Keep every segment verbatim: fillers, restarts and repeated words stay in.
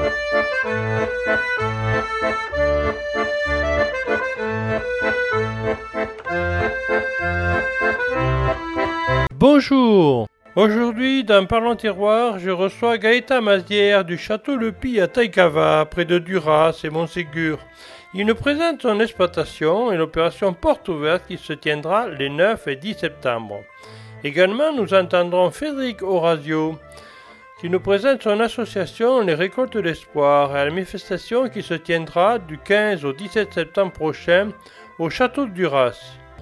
Bonjour. Aujourd'hui, dans Parlons Terroir, je reçois Gaëtan Mazière du Château Le Py à Taïkava, près de Duras et Montségur. Il nous présente son exploitation et l'opération Porte Ouverte qui se tiendra les neuf et dix septembre. Également, nous entendrons Frédéric Orazio qui nous présente son association Les Récoltes d'Espoir et la manifestation qui se tiendra du quinze au dix-sept septembre prochain au Château de Duras.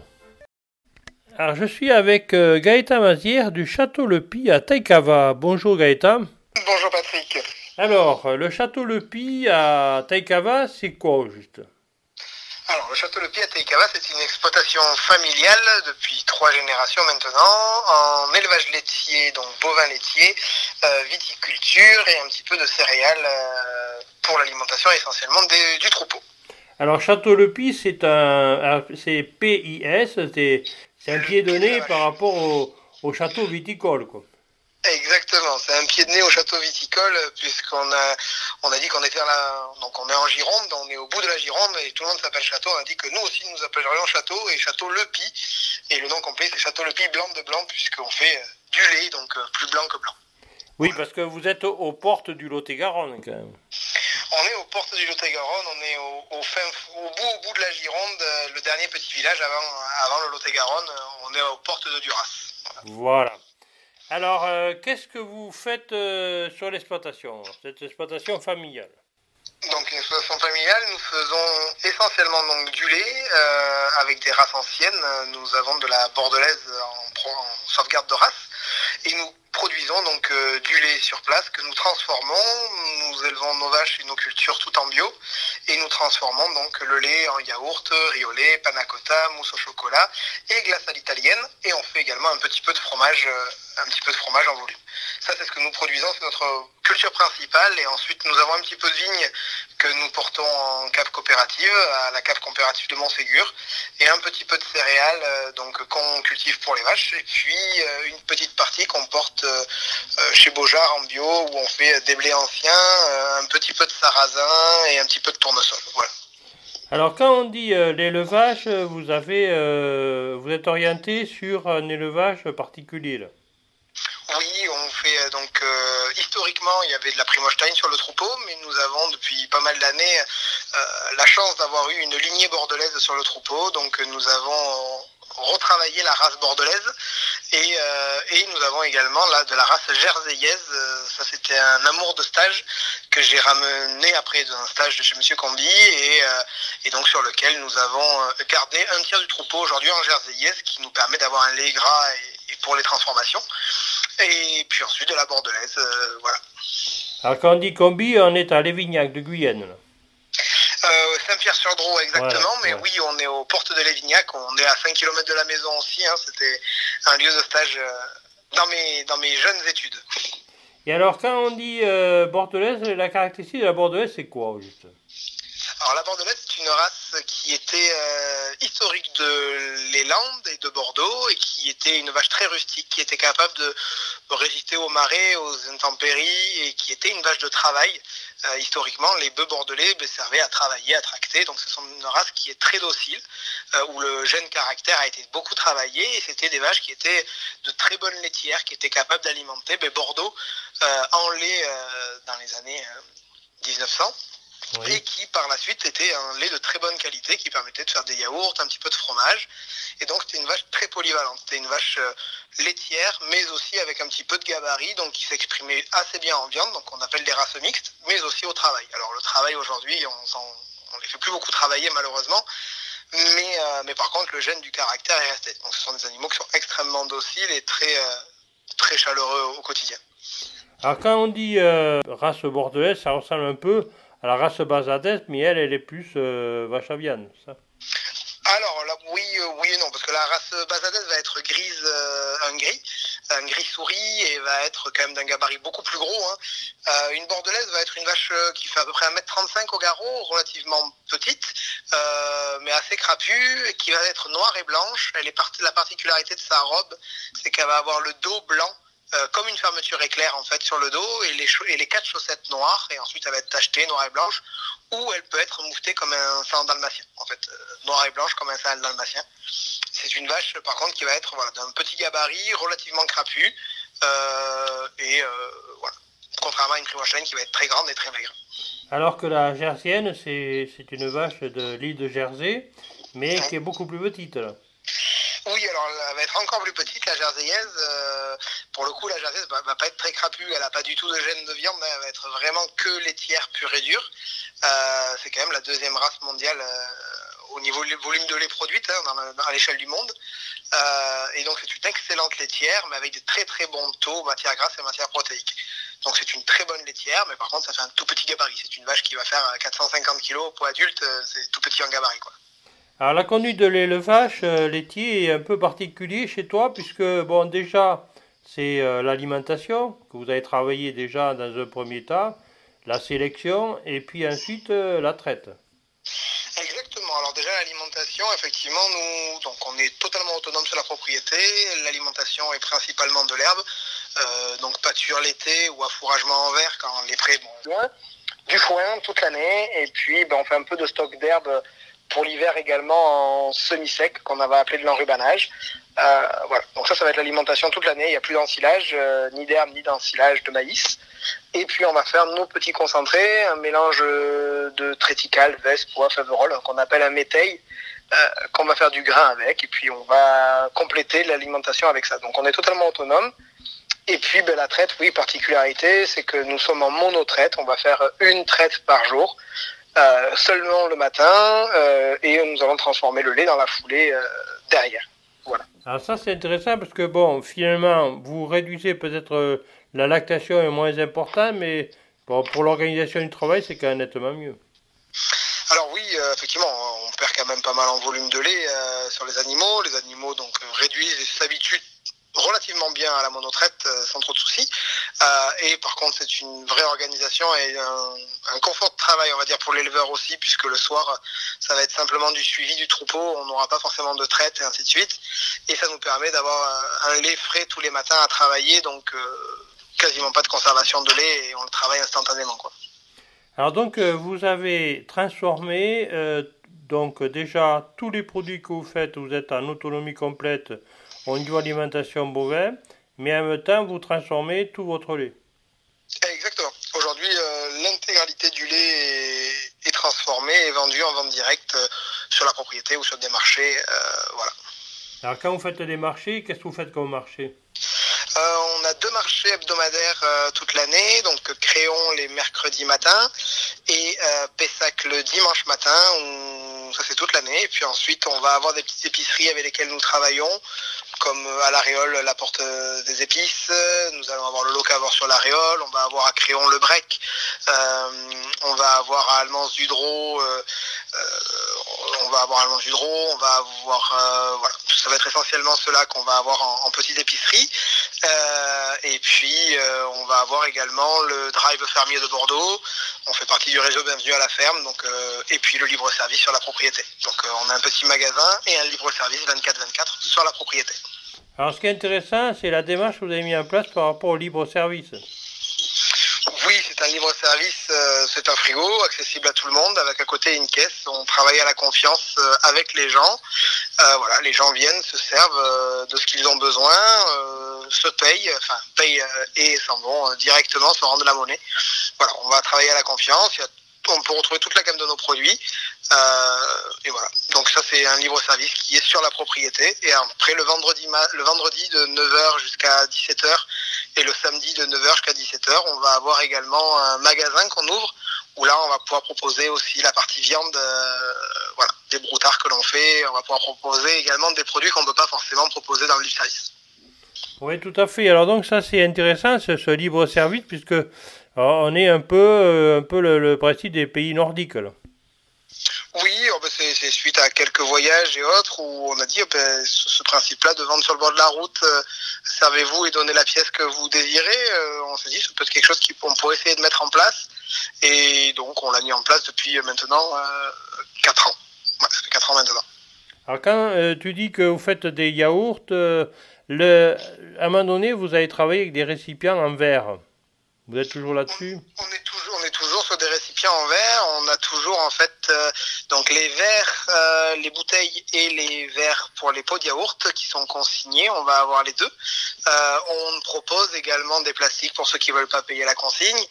Alors, je suis avec euh, Gaëtan Mazière du Château Le Py à Taïkava. Bonjour Gaëtan. Bonjour Patrick. Alors, le Château Le Py à Taïkava, c'est quoi au juste? Alors, le Château Le Py à Taïkava, c'est une exploitation familiale depuis trois générations maintenant, en élevage laitier, donc bovin laitier, euh, viticulture et un petit peu de céréales euh, pour l'alimentation essentiellement des, du troupeau. Alors, Château Le Py, c'est un, c'est P I S, c'est, c'est un pied de nez par rapport au, au château viticole, quoi. Exactement, c'est un pied de nez au château viticole, puisqu'on a, on a dit qu'on était là, donc on est en Gironde, on est au bout de la Gironde, et tout le monde s'appelle Château. On a dit que nous aussi nous appellerions Château, et Château Le Py, et le nom complet c'est Château Le Py blanc de blanc, puisqu'on fait du lait, donc plus blanc que blanc. Oui, voilà. Parce que vous êtes aux portes du Lot-et-Garonne, quand même. On est aux portes du Lot-et-Garonne, on est au, au, fin, au, bout, au bout de la Gironde, le dernier petit village avant, avant le Lot-et-Garonne, on est aux portes de Duras. Voilà. Voilà. Alors, euh, qu'est-ce que vous faites euh, sur l'exploitation, cette exploitation familiale? Donc, une exploitation familiale, nous faisons essentiellement donc, du lait euh, avec des races anciennes. Nous avons de la bordelaise en, en sauvegarde de race et nous produisons donc euh, du lait sur place que nous transformons. Nous élevons nos vaches et nos cultures tout en bio et nous transformons donc le lait en yaourt, riz au lait, panna cotta, mousse au chocolat et glace à l'italienne. Et on fait également un petit peu de fromage, euh, un petit peu de fromage en volume. Ça, c'est ce que nous produisons, c'est notre culture principale. Et ensuite, nous avons un petit peu de vigne que nous portons en cave coopérative, à la cave coopérative de Montségur, et un petit peu de céréales euh, donc qu'on cultive pour les vaches, et puis euh, une petite partie qu'on porte euh, chez Beaujard en bio, où on fait des blés anciens, euh, un petit peu de sarrasin et un petit peu de tournesol. Voilà. Alors, quand on dit euh, l'élevage, vous avez, euh, vous êtes orienté sur un élevage particulier, là. Oui, on fait donc euh, historiquement il y avait de la Primolstein sur le troupeau, mais nous avons depuis pas mal d'années euh, la chance d'avoir eu une lignée bordelaise sur le troupeau, donc nous avons retravaillé la race bordelaise et, euh, et nous avons également là de la race jerseillaise. Ça c'était un amour de stage que j'ai ramené après d'un stage de chez Monsieur Combi et, euh, et donc sur lequel nous avons gardé un tiers du troupeau aujourd'hui en jerseillaise, ce qui nous permet d'avoir un lait gras et, et pour les transformations. Et puis ensuite de la bordelaise, euh, voilà. Alors quand on dit Combi, on est à Lévignac de Guyenne, là. Euh, Saint-Pierre-sur-Drouot exactement, voilà, mais ouais. Oui, on est aux portes de Lévignac, on est à cinq kilomètres de la maison aussi, hein, c'était un lieu de stage euh, dans, mes, dans mes jeunes études. Et alors quand on dit euh, bordelaise, la caractéristique de la bordelaise c'est quoi au juste? Alors la bordelaise c'est une race qui était euh, historique de les Landes et de Bordeaux et qui était une vache très rustique, qui était capable de résister aux marées, aux intempéries et qui était une vache de travail. Euh, historiquement, les bœufs bordelais ben, servaient à travailler, à tracter, donc ce sont une race qui est très docile, euh, où le jeune caractère a été beaucoup travaillé et c'était des vaches qui étaient de très bonnes laitières, qui étaient capables d'alimenter ben, Bordeaux euh, en lait euh, dans les années euh, dix-neuf cents. Oui. Et qui par la suite était un lait de très bonne qualité qui permettait de faire des yaourts, un petit peu de fromage. Et donc c'était une vache très polyvalente. C'était une vache euh, laitière, mais aussi avec un petit peu de gabarit, donc qui s'exprimait assez bien en viande, donc on appelle des races mixtes, mais aussi au travail. Alors le travail aujourd'hui, on on les fait plus beaucoup travailler malheureusement, mais, euh, mais par contre le gène du caractère est resté. Donc ce sont des animaux qui sont extrêmement dociles et très, euh, très chaleureux au quotidien. Alors quand on dit euh, race bordelaise, ça ressemble un peu à la race basadaise, mais elle, elle est plus euh, vache à viande, ça. Alors là, oui, euh, oui et non, parce que la race basadaise va être grise, euh, un gris, un gris souris, et va être quand même d'un gabarit beaucoup plus gros. Hein. Euh, une bordelaise va être une vache qui fait à peu près un mètre trente-cinq au garrot, relativement petite, euh, mais assez crapue, et qui va être noire et blanche. Elle est part- la particularité de sa robe, c'est qu'elle va avoir le dos blanc euh, comme une fermeture éclair en fait sur le dos et les, et les quatre chaussettes noires, et ensuite elle va être tachetée noire et blanche, ou elle peut être mouvetée comme un sandal dalmatien, en fait, euh, noire et blanche comme un sandal dalmatien. C'est une vache par contre qui va être voilà, d'un petit gabarit, relativement crapue, euh, et euh, voilà, contrairement à une Fribourg-Holstein qui va être très grande et très maigre. Alors que la Jersienne, c'est, c'est une vache de l'île de Jersey, mais qui est beaucoup plus petite là. Oui, alors elle va être encore plus petite, la Jerseyese. Euh, pour le coup, la Jerseyese va, va pas être très crapue, elle n'a pas du tout de gène de viande, elle va être vraiment que laitière pure et dure. Euh, c'est quand même la deuxième race mondiale euh, au niveau du volume de lait produite hein, dans la, dans, à l'échelle du monde. Euh, et donc c'est une excellente laitière, mais avec des très très bons taux matière grasse et matière protéique. Donc c'est une très bonne laitière, mais par contre ça fait un tout petit gabarit. C'est une vache qui va faire quatre cent cinquante kilos au poids adulte, c'est tout petit en gabarit quoi. Alors la conduite de l'élevage euh, laitier est un peu particulier chez toi, puisque bon déjà c'est euh, l'alimentation, que vous avez travaillé déjà dans un premier temps, la sélection, et puis ensuite euh, la traite. Exactement. Alors déjà l'alimentation, effectivement, nous, donc on est totalement autonome sur la propriété. L'alimentation est principalement de l'herbe, euh, donc pâture l'été ou affouragement en verre quand les prés bon, du foin toute l'année. Et puis ben, on fait un peu de stock d'herbe pour l'hiver également en semi-sec qu'on va appeler de l'enrubanage. Euh, voilà. Donc ça, ça va être l'alimentation toute l'année. Il n'y a plus d'ensilage, euh, ni d'herbe ni d'ensilage de maïs. Et puis on va faire nos petits concentrés, un mélange de triticale, veste, pois, faverolles, qu'on appelle un métail, euh, qu'on va faire du grain avec. Et puis on va compléter l'alimentation avec ça. Donc on est totalement autonome. Et puis ben, la traite, oui, particularité, c'est que nous sommes en monotraite. On va faire une traite par jour. Euh, seulement le matin euh, et nous allons transformer le lait dans la foulée euh, derrière. Voilà. Alors ça c'est intéressant parce que bon, finalement, vous réduisez peut-être euh, la lactation est moins importante, mais bon, pour l'organisation du travail, c'est quand même nettement mieux. Alors oui, euh, effectivement, on perd quand même pas mal en volume de lait euh, sur les animaux. Les animaux donc réduisent et s'habituent relativement bien à la monotraite euh, sans trop de soucis euh, et par contre c'est une vraie organisation et un, un confort de travail on va dire pour l'éleveur aussi puisque le soir ça va être simplement du suivi du troupeau, on n'aura pas forcément de traite et ainsi de suite et ça nous permet d'avoir un, un lait frais tous les matins à travailler donc euh, quasiment pas de conservation de lait et on le travaille instantanément quoi. Alors donc euh, vous avez transformé euh, donc déjà tous les produits que vous faites, vous êtes en autonomie complète au niveau alimentation bovin, mais en même temps, vous transformez tout votre lait. Exactement. Aujourd'hui, euh, l'intégralité du lait est, est transformée et vendue en vente directe euh, sur la propriété ou sur des marchés. Euh, voilà. Alors, quand vous faites des marchés, qu'est-ce que vous faites comme marché ? euh, On a deux marchés hebdomadaires euh, toute l'année, donc Créon les mercredis matins et euh, Pessac le dimanche matin, où, ça c'est toute l'année. Et puis ensuite, on va avoir des petites épiceries avec lesquelles nous travaillons, comme à l'Aréole la porte des épices, nous allons avoir le locavore sur l'Aréole, on va avoir à Créon le Brec, euh, on va avoir à Almans-Dudrot, euh, euh, on va avoir à Almans-Dudrot, on va avoir, euh, voilà, ça va être essentiellement cela qu'on va avoir en, en petite épicerie, euh, et puis euh, on va avoir également le drive fermier de Bordeaux, on fait partie du réseau Bienvenue à la ferme, donc, euh, et puis le libre-service sur la propriété. Donc euh, on a un petit magasin et un libre-service vingt-quatre vingt-quatre sur la propriété. Alors, ce qui est intéressant, c'est la démarche que vous avez mis en place par rapport au libre-service. Oui, c'est un libre-service, euh, c'est un frigo accessible à tout le monde, avec à côté une caisse. On travaille à la confiance euh, avec les gens. Euh, voilà, les gens viennent, se servent euh, de ce qu'ils ont besoin, euh, se payent, enfin payent euh, et s'en vont euh, directement, se rendent la monnaie. Voilà, on va travailler à la confiance. Il y a on peut retrouver toute la gamme de nos produits. Euh, et voilà. Donc ça, c'est un libre-service qui est sur la propriété. Et après, le vendredi, le vendredi de neuf heures jusqu'à dix-sept heures et le samedi de neuf heures jusqu'à dix-sept heures, on va avoir également un magasin qu'on ouvre où là, on va pouvoir proposer aussi la partie viande, euh, voilà, des broutards que l'on fait. On va pouvoir proposer également des produits qu'on ne peut pas forcément proposer dans le libre-service. Oui, tout à fait. Alors donc ça, c'est intéressant, ce, ce libre-service, puisque alors, on est un peu, euh, un peu le, le principe des pays nordiques, là. Oui, oh ben c'est, c'est suite à quelques voyages et autres où on a dit oh ben, ce, ce principe-là de vendre sur le bord de la route, euh, servez-vous et donnez la pièce que vous désirez. Euh, on s'est dit c'est peut-être quelque chose qu'on pourrait essayer de mettre en place. Et donc on l'a mis en place depuis maintenant euh, quatre ans. Ouais, ça fait quatre ans maintenant. Alors quand euh, tu dis que vous faites des yaourts, euh, le, à un moment donné, vous avez travaillé avec des récipients en verre. Vous êtes toujours là-dessus? on, on est toujours, on est toujours sur des récipients en verre. On a toujours en fait euh, donc les verres, euh, les bouteilles et les verres pour les pots de yaourt qui sont consignés. On va avoir les deux. Euh, on propose également des plastiques pour ceux qui veulent pas payer la consigne.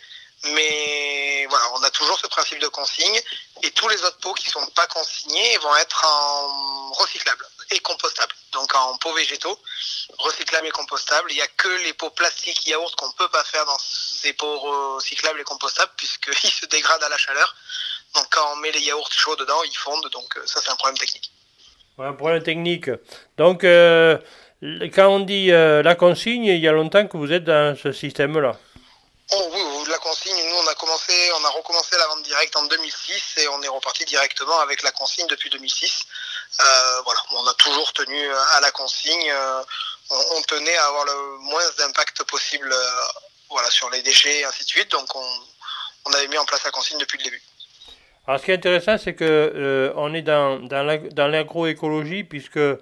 Mais voilà, on a toujours ce principe de consigne et tous les autres pots qui sont pas consignés vont être en recyclables et compostables. Donc en pots végétaux, recyclables et compostables. Il n'y a que les pots plastiques yaourt qu'on peut pas faire dans ces pots recyclables et compostables puisqu'ils se dégradent à la chaleur. Donc quand on met les yaourts chauds dedans, ils fondent. Donc ça c'est un problème technique. Ouais, un problème technique. Donc euh, quand on dit euh, la consigne, il y a longtemps que vous êtes dans ce système-là. Oh oui, oui, la consigne, nous on a commencé, on a recommencé la vente directe en deux mille six et on est reparti directement avec la consigne depuis deux mille six. Euh, voilà, on a toujours tenu à la consigne, euh, on, on tenait à avoir le moins d'impact possible euh, voilà, sur les déchets et ainsi de suite, donc on, on avait mis en place la consigne depuis le début. Alors ce qui est intéressant, c'est que euh, on est dans, dans, la, dans l'agroécologie puisque euh,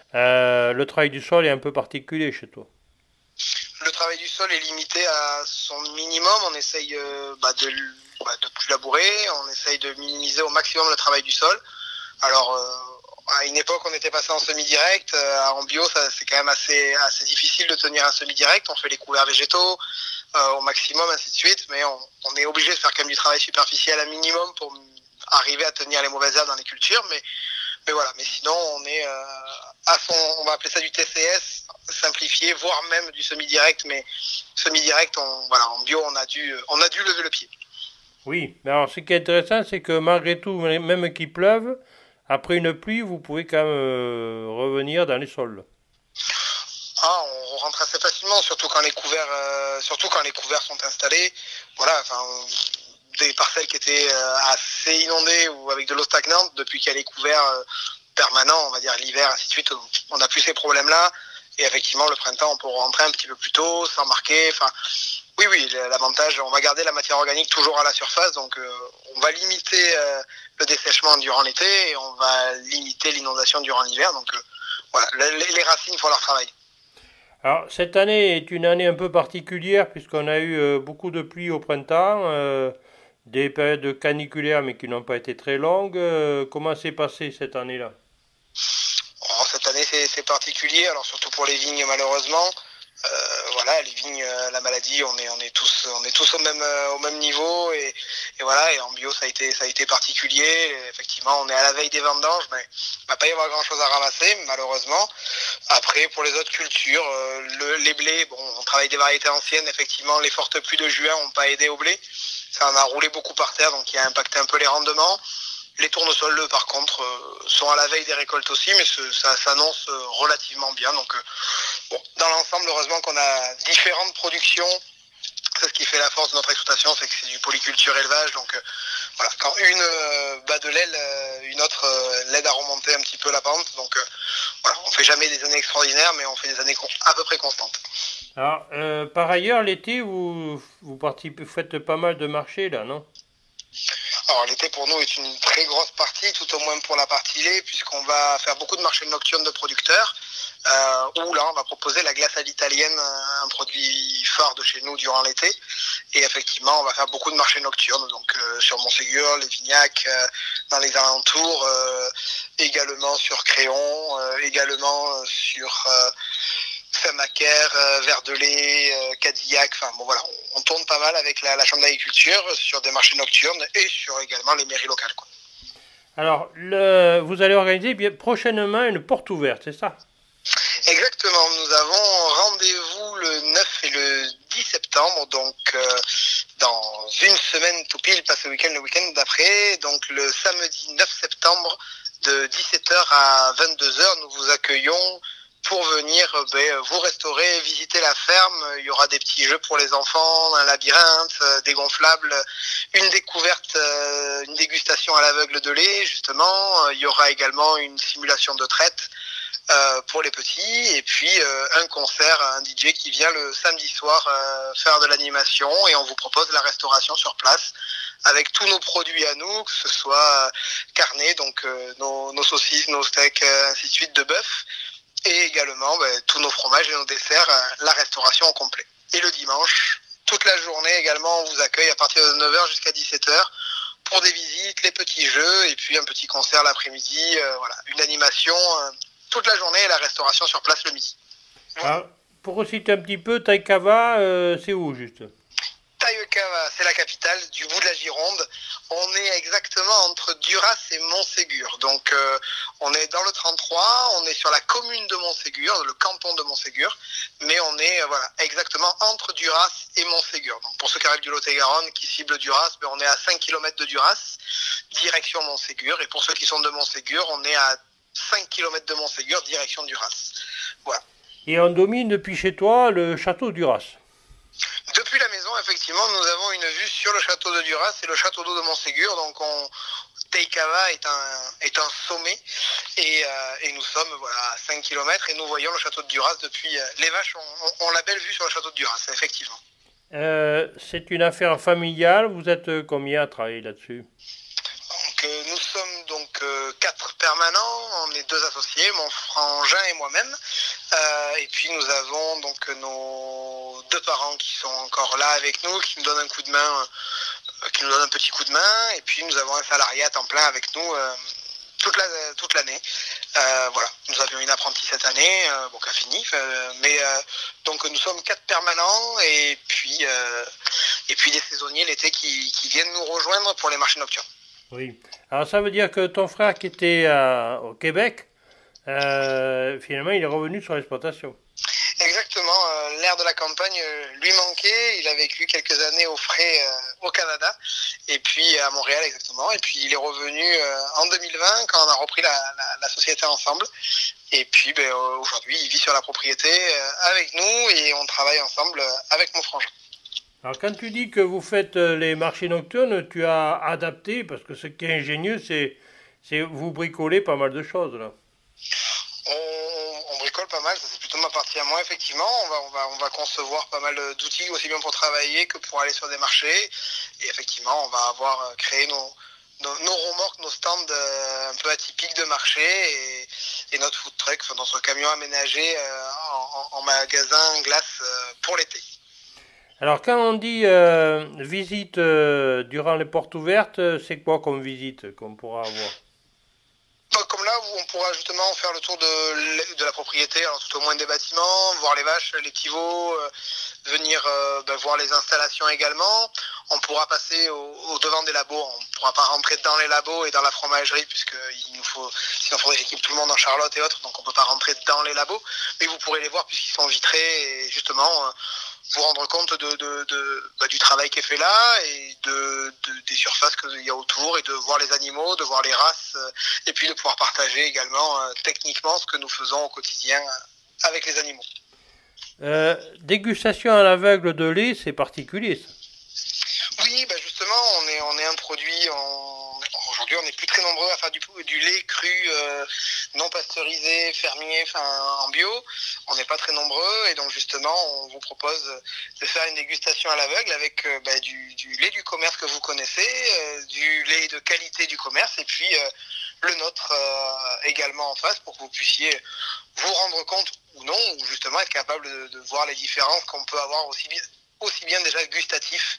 le travail du sol est un peu particulier chez toi. Le travail du sol est limité à son minimum, on essaye euh, bah, de bah, de plus labourer, on essaye de minimiser au maximum le travail du sol. Alors euh, à une époque on était passé en semi-direct, euh, en bio ça, c'est quand même assez, assez difficile de tenir un semi-direct, on fait les couverts végétaux euh, au maximum, ainsi de suite, mais on, on est obligé de faire quand même du travail superficiel à minimum pour arriver à tenir les mauvaises herbes dans les cultures, mais Mais voilà, mais sinon on est euh, à son, on va appeler ça du T C S simplifié, voire même du semi-direct, mais semi-direct, on, voilà, en bio on a dû, on a dû lever le pied. Oui, mais alors ce qui est intéressant, c'est que malgré tout, même qu'il pleuve, après une pluie, vous pouvez quand même euh, revenir dans les sols. Ah, on rentre assez facilement, surtout quand les couverts, euh, surtout quand les couverts sont installés. Voilà, enfin. On, des parcelles qui étaient euh, assez inondées ou avec de l'eau stagnante, depuis qu'il y a les couverts euh, permanents, on va dire l'hiver, ainsi de suite, on n'a plus ces problèmes-là. Et effectivement, le printemps, on peut rentrer un petit peu plus tôt, sans marquer. Enfin, oui, oui, l'avantage, on va garder la matière organique toujours à la surface, donc euh, on va limiter euh, le dessèchement durant l'été et on va limiter l'inondation durant l'hiver. Donc euh, voilà, les, les racines font leur travail. Alors, cette année est une année un peu particulière puisqu'on a eu euh, beaucoup de pluie au printemps. Euh, Des périodes caniculaires mais qui n'ont pas été très longues. Euh, comment s'est passé cette année-là? Oh, cette année c'est, c'est particulier, alors surtout pour les vignes malheureusement. Euh, voilà, les vignes, la maladie, on est, on est tous, on est tous au même, au même niveau et, et voilà. Et en bio ça a été, ça a été particulier. Et effectivement, on est à la veille des vendanges, mais il va pas y avoir grand-chose à ramasser malheureusement. Après, pour les autres cultures, euh, le, les blés, bon, on travaille des variétés anciennes. Effectivement, les fortes pluies de juin n'ont pas aidé au blé. Ça en a roulé beaucoup par terre, donc il a impacté un peu les rendements. Les tournesols, eux, par contre, euh, sont à la veille des récoltes aussi, mais ce, ça s'annonce euh, relativement bien. Donc, euh, bon, dans l'ensemble, heureusement qu'on a différentes productions. C'est ce qui fait la force de notre exploitation, c'est que c'est du polyculture élevage. Donc, euh, voilà, quand une euh, bat de l'aile, euh, une autre euh, l'aide à remonter un petit peu la pente. Donc, euh, voilà, on fait jamais des années extraordinaires, mais on fait des années à peu près constantes. Alors, euh, par ailleurs, l'été, vous, vous, participez, vous faites pas mal de marchés, là, non? Alors l'été pour nous est une très grosse partie, tout au moins pour la partie lait, puisqu'on va faire beaucoup de marchés nocturnes de producteurs, euh, où là on va proposer la glace à l'italienne, un produit phare de chez nous durant l'été. Et effectivement on va faire beaucoup de marchés nocturnes, donc euh, sur Montségur, les Vignac, euh, dans les alentours, euh, également sur Créon, euh, également euh, sur... Euh, Saint-Macaire, euh, Verdelais, euh, Cadillac, enfin bon voilà, on, on tourne pas mal avec la, la Chambre d'agriculture sur des marchés nocturnes et sur également les mairies locales, quoi. Alors, le, vous allez organiser bien, prochainement une porte ouverte, c'est ça? Exactement, nous avons rendez-vous le neuf et le dix septembre, donc euh, dans une semaine tout pile, pas ce week-end, le week-end d'après, donc le samedi neuf septembre de dix-sept heures à vingt-deux heures, nous vous accueillons pour venir ben, vous restaurer, visiter la ferme. Il y aura des petits jeux pour les enfants, un labyrinthe, des gonflables, une découverte, une dégustation à l'aveugle de lait, justement. Il y aura également une simulation de traite euh, pour les petits, et puis euh, un concert, un D J qui vient le samedi soir euh, faire de l'animation, et on vous propose la restauration sur place avec tous nos produits à nous, que ce soit carnet, donc euh, nos, nos saucisses, nos steaks, euh, ainsi de suite, de bœuf, Et également ben, tous nos fromages et nos desserts, euh, la restauration au complet. Et le dimanche, toute la journée également, on vous accueille à partir de neuf heures jusqu'à dix-sept heures pour des visites, les petits jeux et puis un petit concert l'après-midi. Euh, voilà, une animation euh, toute la journée et la restauration sur place le midi. Voilà. Alors, pour reciter un petit peu, Taïkava, euh, c'est où juste? Taïkava, c'est la capitale du bout de la Gironde. On est exactement entre Duras et Montségur. Donc euh, on est dans le trente-trois, on est sur la commune de Montségur, le canton de Montségur, mais on est euh, voilà, exactement entre Duras et Montségur. Donc pour ceux qui arrivent du Lot-et-Garonne, qui ciblent Duras, ben, on est à cinq kilomètres de Duras, direction Montségur. Et pour ceux qui sont de Montségur, on est à cinq kilomètres de Montségur, direction Duras. Voilà. Et on domine depuis chez toi le château de Duras. Depuis la maison, effectivement, nous avons une vue sur le château de Duras et le château d'eau de Montségur. Donc, on, Taïkava est un, est un sommet et, euh, et nous sommes voilà, à cinq kilomètres et nous voyons le château de Duras depuis... Euh, les vaches ont, ont la belle vue sur le château de Duras, effectivement. Euh, c'est une affaire familiale, vous êtes combien à travailler là-dessus? Donc, euh, nous sommes donc euh, quatre permanents, on est deux associés, mon frangin et moi-même. Euh, et puis nous avons donc nos deux parents qui sont encore là avec nous, qui nous donnent un coup de main, euh, qui nous donnent un petit coup de main. Et puis nous avons un salarié à temps plein avec nous euh, toute la, toute l'année. Euh, voilà, nous avions une apprentie cette année, euh, bon qui a fini, euh, mais euh, donc nous sommes quatre permanents et puis euh, et puis des saisonniers l'été qui, qui viennent nous rejoindre pour les marchés nocturnes. Oui. Alors ça veut dire que ton frère qui était à, au Québec, euh, finalement il est revenu sur l'exploitation. Exactement, euh, l'air de la campagne euh, lui manquait, il a vécu quelques années au frais euh, au Canada, et puis à Montréal exactement, et puis il est revenu euh, en deux mille vingt quand on a repris la, la, la société ensemble, et puis ben, euh, aujourd'hui il vit sur la propriété euh, avec nous et on travaille ensemble euh, avec mon frangin. Alors quand tu dis que vous faites les marchés nocturnes, tu as adapté, parce que ce qui est ingénieux, c'est, c'est vous bricolez pas mal de choses là. On, on bricole pas mal, ça c'est plutôt ma partie à moi effectivement. On va, on va, on va concevoir pas mal d'outils aussi bien pour travailler que pour aller sur des marchés. Et effectivement, on va avoir créé nos, nos, nos remorques, nos stands euh, un peu atypiques de marché et, et notre food truck, enfin, notre camion aménagé euh, en, en, en magasin glace euh, pour l'été. Alors quand on dit euh, visite euh, durant les portes ouvertes, c'est quoi comme visite qu'on pourra avoir? Comme là où on pourra justement faire le tour de, de la propriété, alors tout au moins des bâtiments, voir les vaches, les pivots, euh, venir euh, ben, voir les installations également. On pourra passer au, au devant des labos, on ne pourra pas rentrer dans les labos et dans la fromagerie puisqu'il nous faut, sinon il faudrait que j'équipe tout le monde en Charlotte et autres, donc on ne peut pas rentrer dans les labos, mais vous pourrez les voir puisqu'ils sont vitrés et justement euh, vous rendre compte de, de, de, bah, du travail qui est fait là et de, de, des surfaces qu'il y a autour et de voir les animaux, de voir les races euh, et puis de pouvoir partager également euh, techniquement ce que nous faisons au quotidien euh, avec les animaux. Euh, dégustation à l'aveugle de lait, c'est particulier ça. Oui, bah justement, on est, on est un produit, en... aujourd'hui on n'est plus très nombreux à faire du, du lait cru, euh, non pasteurisé, fermier, enfin en bio, on n'est pas très nombreux et donc justement on vous propose de faire une dégustation à l'aveugle avec euh, bah, du, du lait du commerce que vous connaissez, euh, du lait de qualité du commerce et puis euh, le nôtre euh, également en face pour que vous puissiez vous rendre compte ou non, ou justement être capable de, de voir les différences qu'on peut avoir aussi bien, aussi bien déjà gustatifs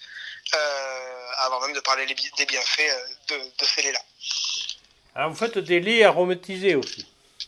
Euh, avant même de parler des bienfaits de, de ces laits-là. Alors vous faites des laits aromatisés aussi?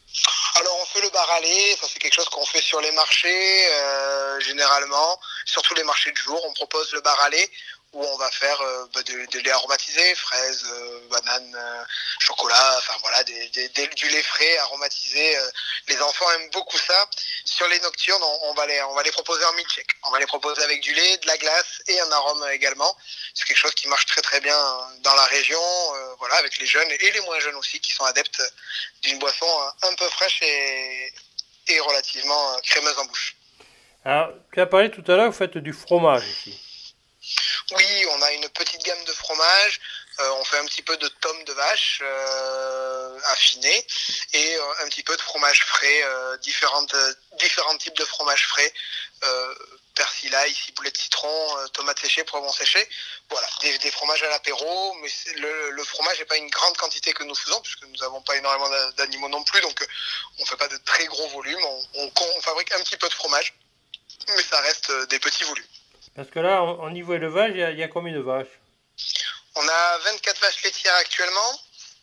Alors on fait le bar à lait, ça c'est quelque chose qu'on fait sur les marchés euh, généralement, surtout les marchés de jour, on propose le bar à lait où on va faire euh, bah, des, des laits aromatisés, fraises, euh, bananes, euh, chocolat, enfin voilà, des, des, des, du lait frais aromatisé. Euh, les enfants aiment beaucoup ça. Sur les nocturnes, on, on, va les, on va les proposer en milkshake. On va les proposer avec du lait, de la glace et un arôme également. C'est quelque chose qui marche très très bien dans la région, euh, voilà, avec les jeunes et les moins jeunes aussi qui sont adeptes d'une boisson un peu fraîche et, et relativement crémeuse en bouche. Alors, tu as parlé tout à l'heure, vous faites du fromage ici. Oui, on a une petite gamme de fromages. Euh, on fait un petit peu de tome de vache euh, affiné et euh, un petit peu de fromage frais, euh, différentes, euh, différents types de fromages frais, euh, persil ail, ciboulette de citron, euh, tomates séchées, poivrons séchés. Voilà, des, des fromages à l'apéro, mais le, le fromage n'est pas une grande quantité que nous faisons puisque nous n'avons pas énormément d'animaux non plus, donc euh, on ne fait pas de très gros volumes. On, on, on fabrique un petit peu de fromage, mais ça reste euh, des petits volumes. Parce que là, au niveau élevage, il y, a, il y a combien de vaches? On a vingt-quatre vaches laitières actuellement.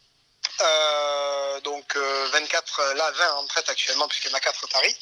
Euh, donc euh, vingt-quatre, là vingt en traite actuellement puisqu'il y en a quatre au Paris.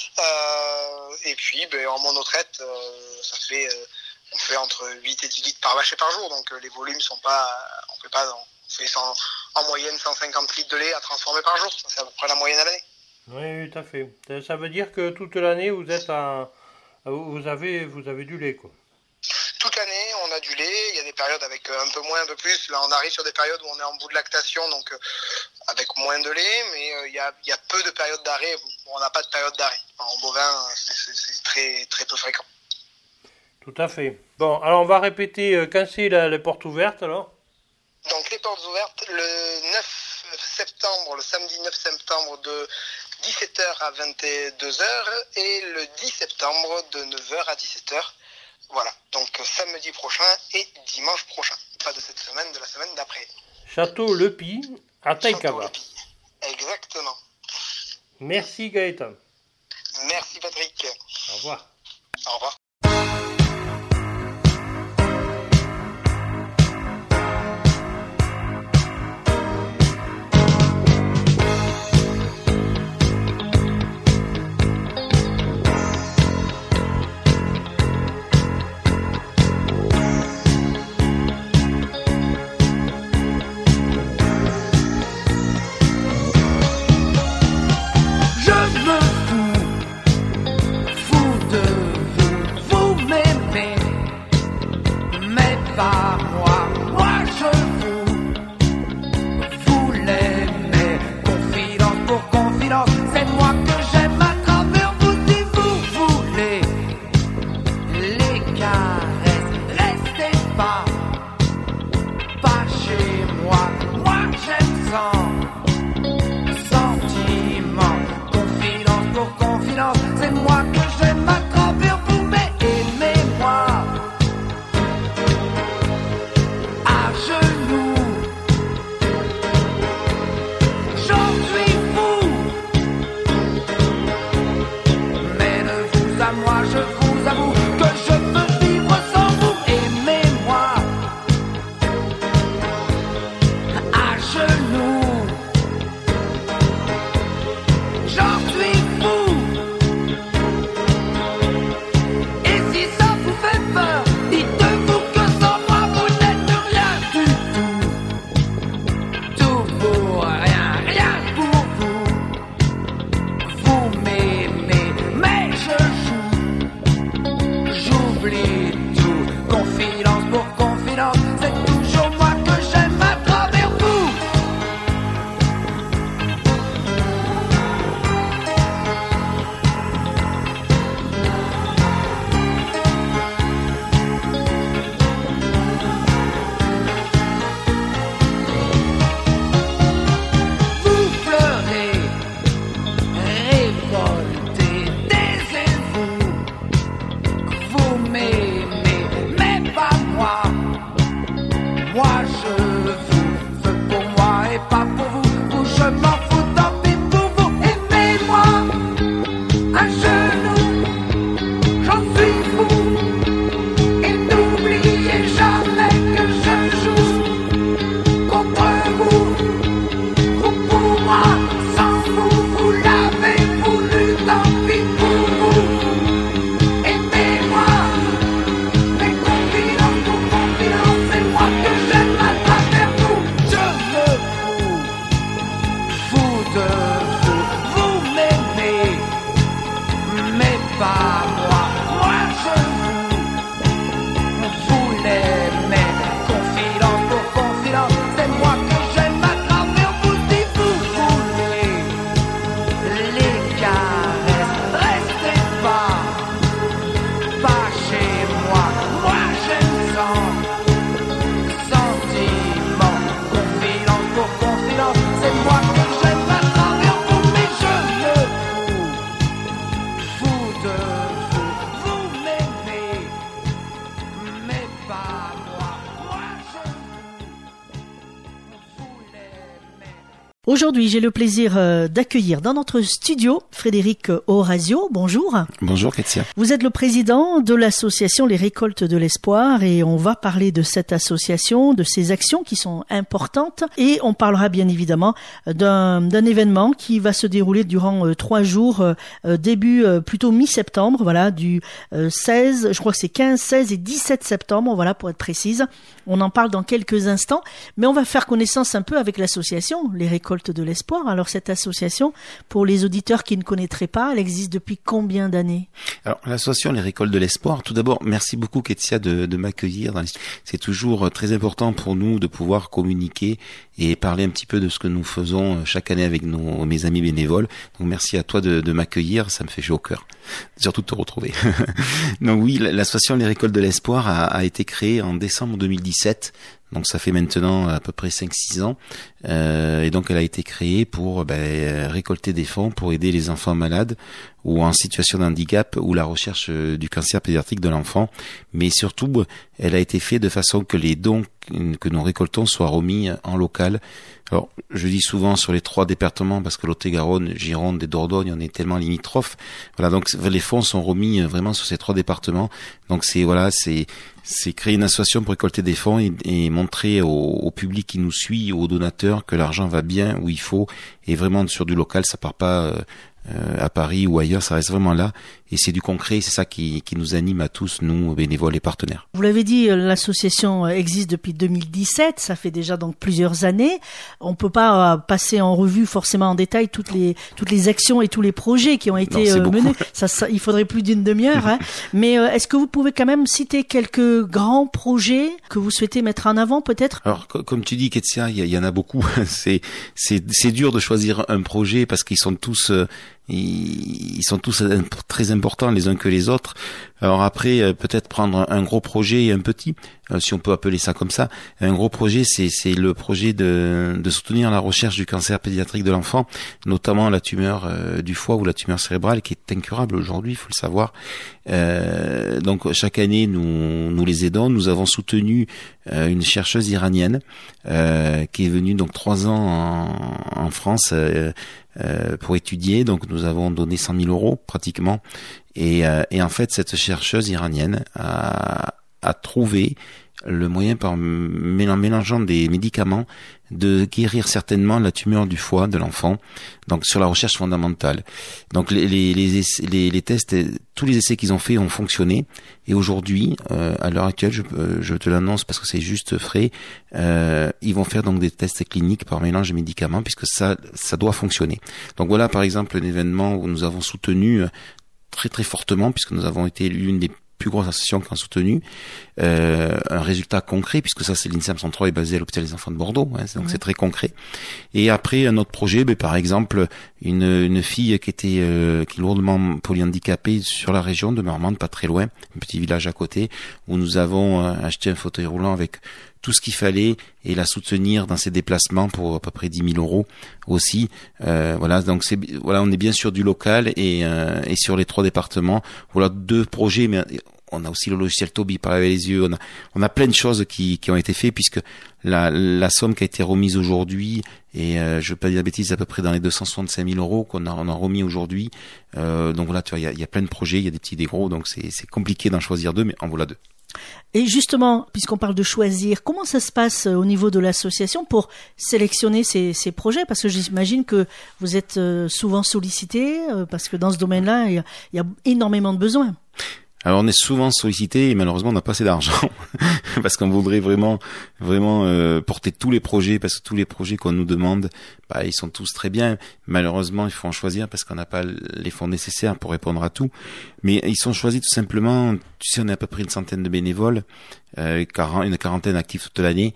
Euh, et puis ben, en monotraite, euh, ça fait, euh, on fait entre huit et dix litres par vache et par jour. Donc euh, les volumes sont pas, on fait pas, on fait cent, en moyenne cent cinquante litres de lait à transformer par jour. Ça, c'est à peu près la moyenne à l'année. Oui, tout à fait. Ça veut dire que toute l'année vous êtes à, vous avez, vous avez du lait, quoi. Toute l'année, on a du lait. Il y a des périodes avec un peu moins, un peu plus. Là, on arrive sur des périodes où on est en bout de lactation, donc euh, avec moins de lait. Mais euh, il, y a, il y a peu de périodes d'arrêt. On n'a pas de période d'arrêt. En bovin, c'est, c'est, c'est très, très peu fréquent. Tout à fait. Bon, alors on va répéter euh, quand c'est la, les portes ouvertes, alors. Donc les portes ouvertes le neuf septembre, le samedi neuf septembre de dix-sept heures à vingt-deux heures et le dix septembre de neuf heures à dix-sept heures. Voilà, donc samedi prochain et dimanche prochain. Pas de cette semaine, de la semaine d'après. Château Le Py, à Taïkava. Exactement. Merci Gaëtan. Merci Patrick. Au revoir. Au revoir. Moi je vous avoue que je peux vivre sans vous. Aimez-moi. pas moi. Aujourd'hui, j'ai le plaisir euh, d'accueillir dans notre studio Frédéric Orazio. Bonjour. Bonjour Katia. Vous êtes le président de l'association Les Récoltes de l'Espoir et on va parler de cette association, de ses actions qui sont importantes et on parlera bien évidemment d'un, d'un événement qui va se dérouler durant euh, trois jours, euh, début euh, plutôt mi-septembre, voilà, du euh, seize, je crois que c'est quinze, seize et dix-sept septembre, voilà pour être précise. On en parle dans quelques instants, mais on va faire connaissance un peu avec l'association Les Récoltes de l'Espoir. Alors cette association, pour les auditeurs qui ne connaîtraient pas, elle existe depuis combien d'années? Alors l'association Les Récoltes de l'Espoir, tout d'abord, merci beaucoup Katia de, de m'accueillir. Dans les... C'est toujours très important pour nous de pouvoir communiquer et parler un petit peu de ce que nous faisons chaque année avec nos, mes amis bénévoles. Donc merci à toi de, de m'accueillir, ça me fait chaud au cœur. Surtout de te retrouver. Donc oui, l'association Les Récoltes de l'Espoir a, a été créée en décembre deux mille dix-sept. Donc ça fait maintenant à peu près cinq six ans. Euh, et donc elle a été créée pour ben, récolter des fonds pour aider les enfants malades ou en situation de handicap ou la recherche du cancer pédiatrique de l'enfant. Mais surtout, elle a été faite de façon que les dons que nous récoltons soient remis en local. Alors, je dis souvent sur les trois départements parce que Lot-et-Garonne, Gironde et Dordogne, on est tellement limitrophes. Voilà, donc les fonds sont remis vraiment sur ces trois départements. Donc c'est voilà, c'est c'est créer une association pour récolter des fonds et, et montrer au, au public qui nous suit, aux donateurs, que l'argent va bien où il faut et vraiment sur du local, ça part pas euh, euh, à Paris ou ailleurs, ça reste vraiment là. Et c'est du concret, c'est ça qui, qui nous anime à tous, nous, bénévoles et partenaires. Vous l'avez dit, l'association existe depuis deux mille dix-sept, ça fait déjà donc plusieurs années. On peut pas passer en revue forcément en détail toutes les toutes les actions et tous les projets qui ont été non, menés. Ça, ça, il faudrait plus d'une demi-heure. Hein. Mais euh, est-ce que vous pouvez quand même citer quelques grands projets que vous souhaitez mettre en avant, peut-être? Alors, comme tu dis, Ketsia, il y, y en a beaucoup. c'est c'est c'est dur de choisir un projet parce qu'ils sont tous euh, ils, ils sont tous très importants les uns que les autres. Alors après, euh, peut-être prendre un, un gros projet et un petit, euh, si on peut appeler ça comme ça. Un gros projet, c'est c'est le projet de de soutenir la recherche du cancer pédiatrique de l'enfant, notamment la tumeur euh, du foie ou la tumeur cérébrale qui est incurable aujourd'hui, il faut le savoir. Euh, donc chaque année, nous nous les aidons. Nous avons soutenu euh, une chercheuse iranienne euh, qui est venue donc trois ans en, en France euh, euh, pour étudier. Donc nous avons donné cent mille euros pratiquement. Et, euh, et en fait, cette chercheuse iranienne a, a trouvé le moyen, par mélangeant des médicaments, de guérir certainement la tumeur du foie de l'enfant. Donc sur la recherche fondamentale. Donc les les les, essais, les, les tests, tous les essais qu'ils ont faits ont fonctionné. Et aujourd'hui, euh, à l'heure actuelle, je, je te l'annonce parce que c'est juste frais, euh, ils vont faire donc des tests cliniques par mélange de médicaments puisque ça ça doit fonctionner. Donc voilà par exemple un événement où nous avons soutenu très très fortement puisque nous avons été l'une des plus grosses associations qui ont soutenu euh, un résultat concret puisque ça c'est l'INSERM cent trois est basé à l'hôpital des enfants de Bordeaux, hein, donc ouais. C'est très concret. Et après un autre projet, ben, par exemple une une fille qui était euh, qui est lourdement polyhandicapée sur la région de Marmande, pas très loin, un petit village à côté, où nous avons euh, acheté un fauteuil roulant avec tout ce qu'il fallait et la soutenir dans ses déplacements pour à peu près dix mille euros aussi. Euh, voilà, donc c'est voilà, on est bien sûr du local et euh, et sur les trois départements. Voilà deux projets, mais on a aussi le logiciel Toby par les yeux. On a on a plein de choses qui qui ont été faites puisque la la somme qui a été remise aujourd'hui et euh, je veux pas dire de bêtises, à peu près dans les deux cent soixante-cinq mille euros qu'on a on a remis aujourd'hui. Euh, donc voilà, tu vois, il y a il y a plein de projets, il y a des petits, des gros, donc c'est c'est compliqué d'en choisir deux, mais en voilà deux. Et justement, puisqu'on parle de choisir, comment ça se passe au niveau de l'association pour sélectionner ces, ces projets? Parce que j'imagine que vous êtes souvent sollicité, parce que dans ce domaine-là, il y a, il y a énormément de besoins. Alors on est souvent sollicité et malheureusement on n'a pas assez d'argent parce qu'on voudrait vraiment vraiment euh, porter tous les projets parce que tous les projets qu'on nous demande, bah ils sont tous très bien. Malheureusement il faut en choisir parce qu'on n'a pas les fonds nécessaires pour répondre à tout. Mais ils sont choisis tout simplement. Tu sais, on est à peu près une centaine de bénévoles, euh, une quarantaine actifs toute l'année.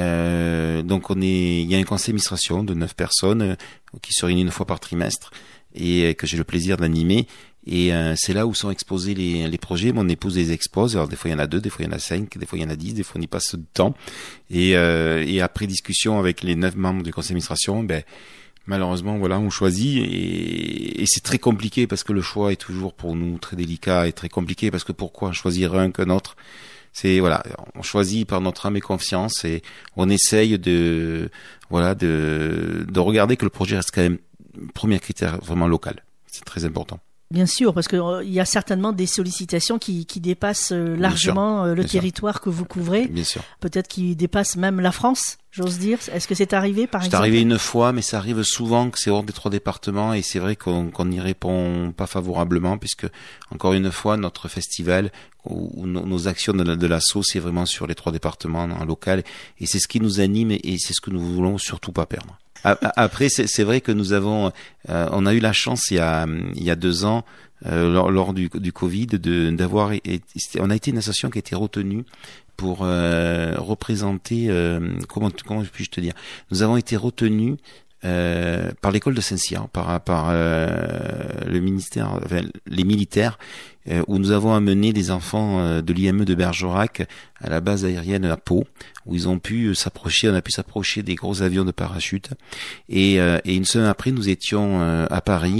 Euh, donc on est, il y a un conseil d'administration de neuf personnes euh, qui se réunit une fois par trimestre et euh, que j'ai le plaisir d'animer. Et euh, c'est là où sont exposés les, les projets. Mon épouse les expose. Alors des fois il y en a deux, des fois il y en a cinq, des fois il y en a dix, des fois on y passe du temps. Et, euh, et après discussion avec les neuf membres du conseil d'administration, ben malheureusement voilà, on choisit et, et c'est très compliqué parce que le choix est toujours pour nous très délicat et très compliqué parce que pourquoi choisir un qu'un autre? C'est voilà, on choisit par notre âme et confiance et on essaye de voilà de de regarder que le projet reste quand même premier critère vraiment local. C'est très important. Bien sûr, parce qu'il euh, y a certainement des sollicitations qui, qui dépassent euh, largement euh, le Bien territoire sûr. que vous couvrez. Bien sûr. Peut-être qui dépassent même la France, j'ose dire. Est-ce que c'est arrivé, par c'est exemple? C'est arrivé une fois, mais ça arrive souvent que c'est hors des trois départements et c'est vrai qu'on qu'on n'y répond pas favorablement puisque, encore une fois, notre festival ou nos, nos actions de, de l'asso, c'est vraiment sur les trois départements en local et c'est ce qui nous anime et c'est ce que nous voulons surtout pas perdre. Après, c'est, c'est vrai que nous avons, euh, on a eu la chance il y a, il y a deux ans, euh, lors, lors du, du Covid, de, d'avoir, été, on a été une association qui a été retenue pour euh, représenter, euh, comment, comment puis-je te dire, nous avons été retenus euh, par l'école de Saint-Cyr, par, par euh, le ministère, enfin, les militaires, euh, où nous avons amené des enfants euh, de l'I M E de Bergerac à la base aérienne à Pau, où ils ont pu s'approcher, on a pu s'approcher des gros avions de parachute. Et, euh, et une semaine après, nous étions euh, à Paris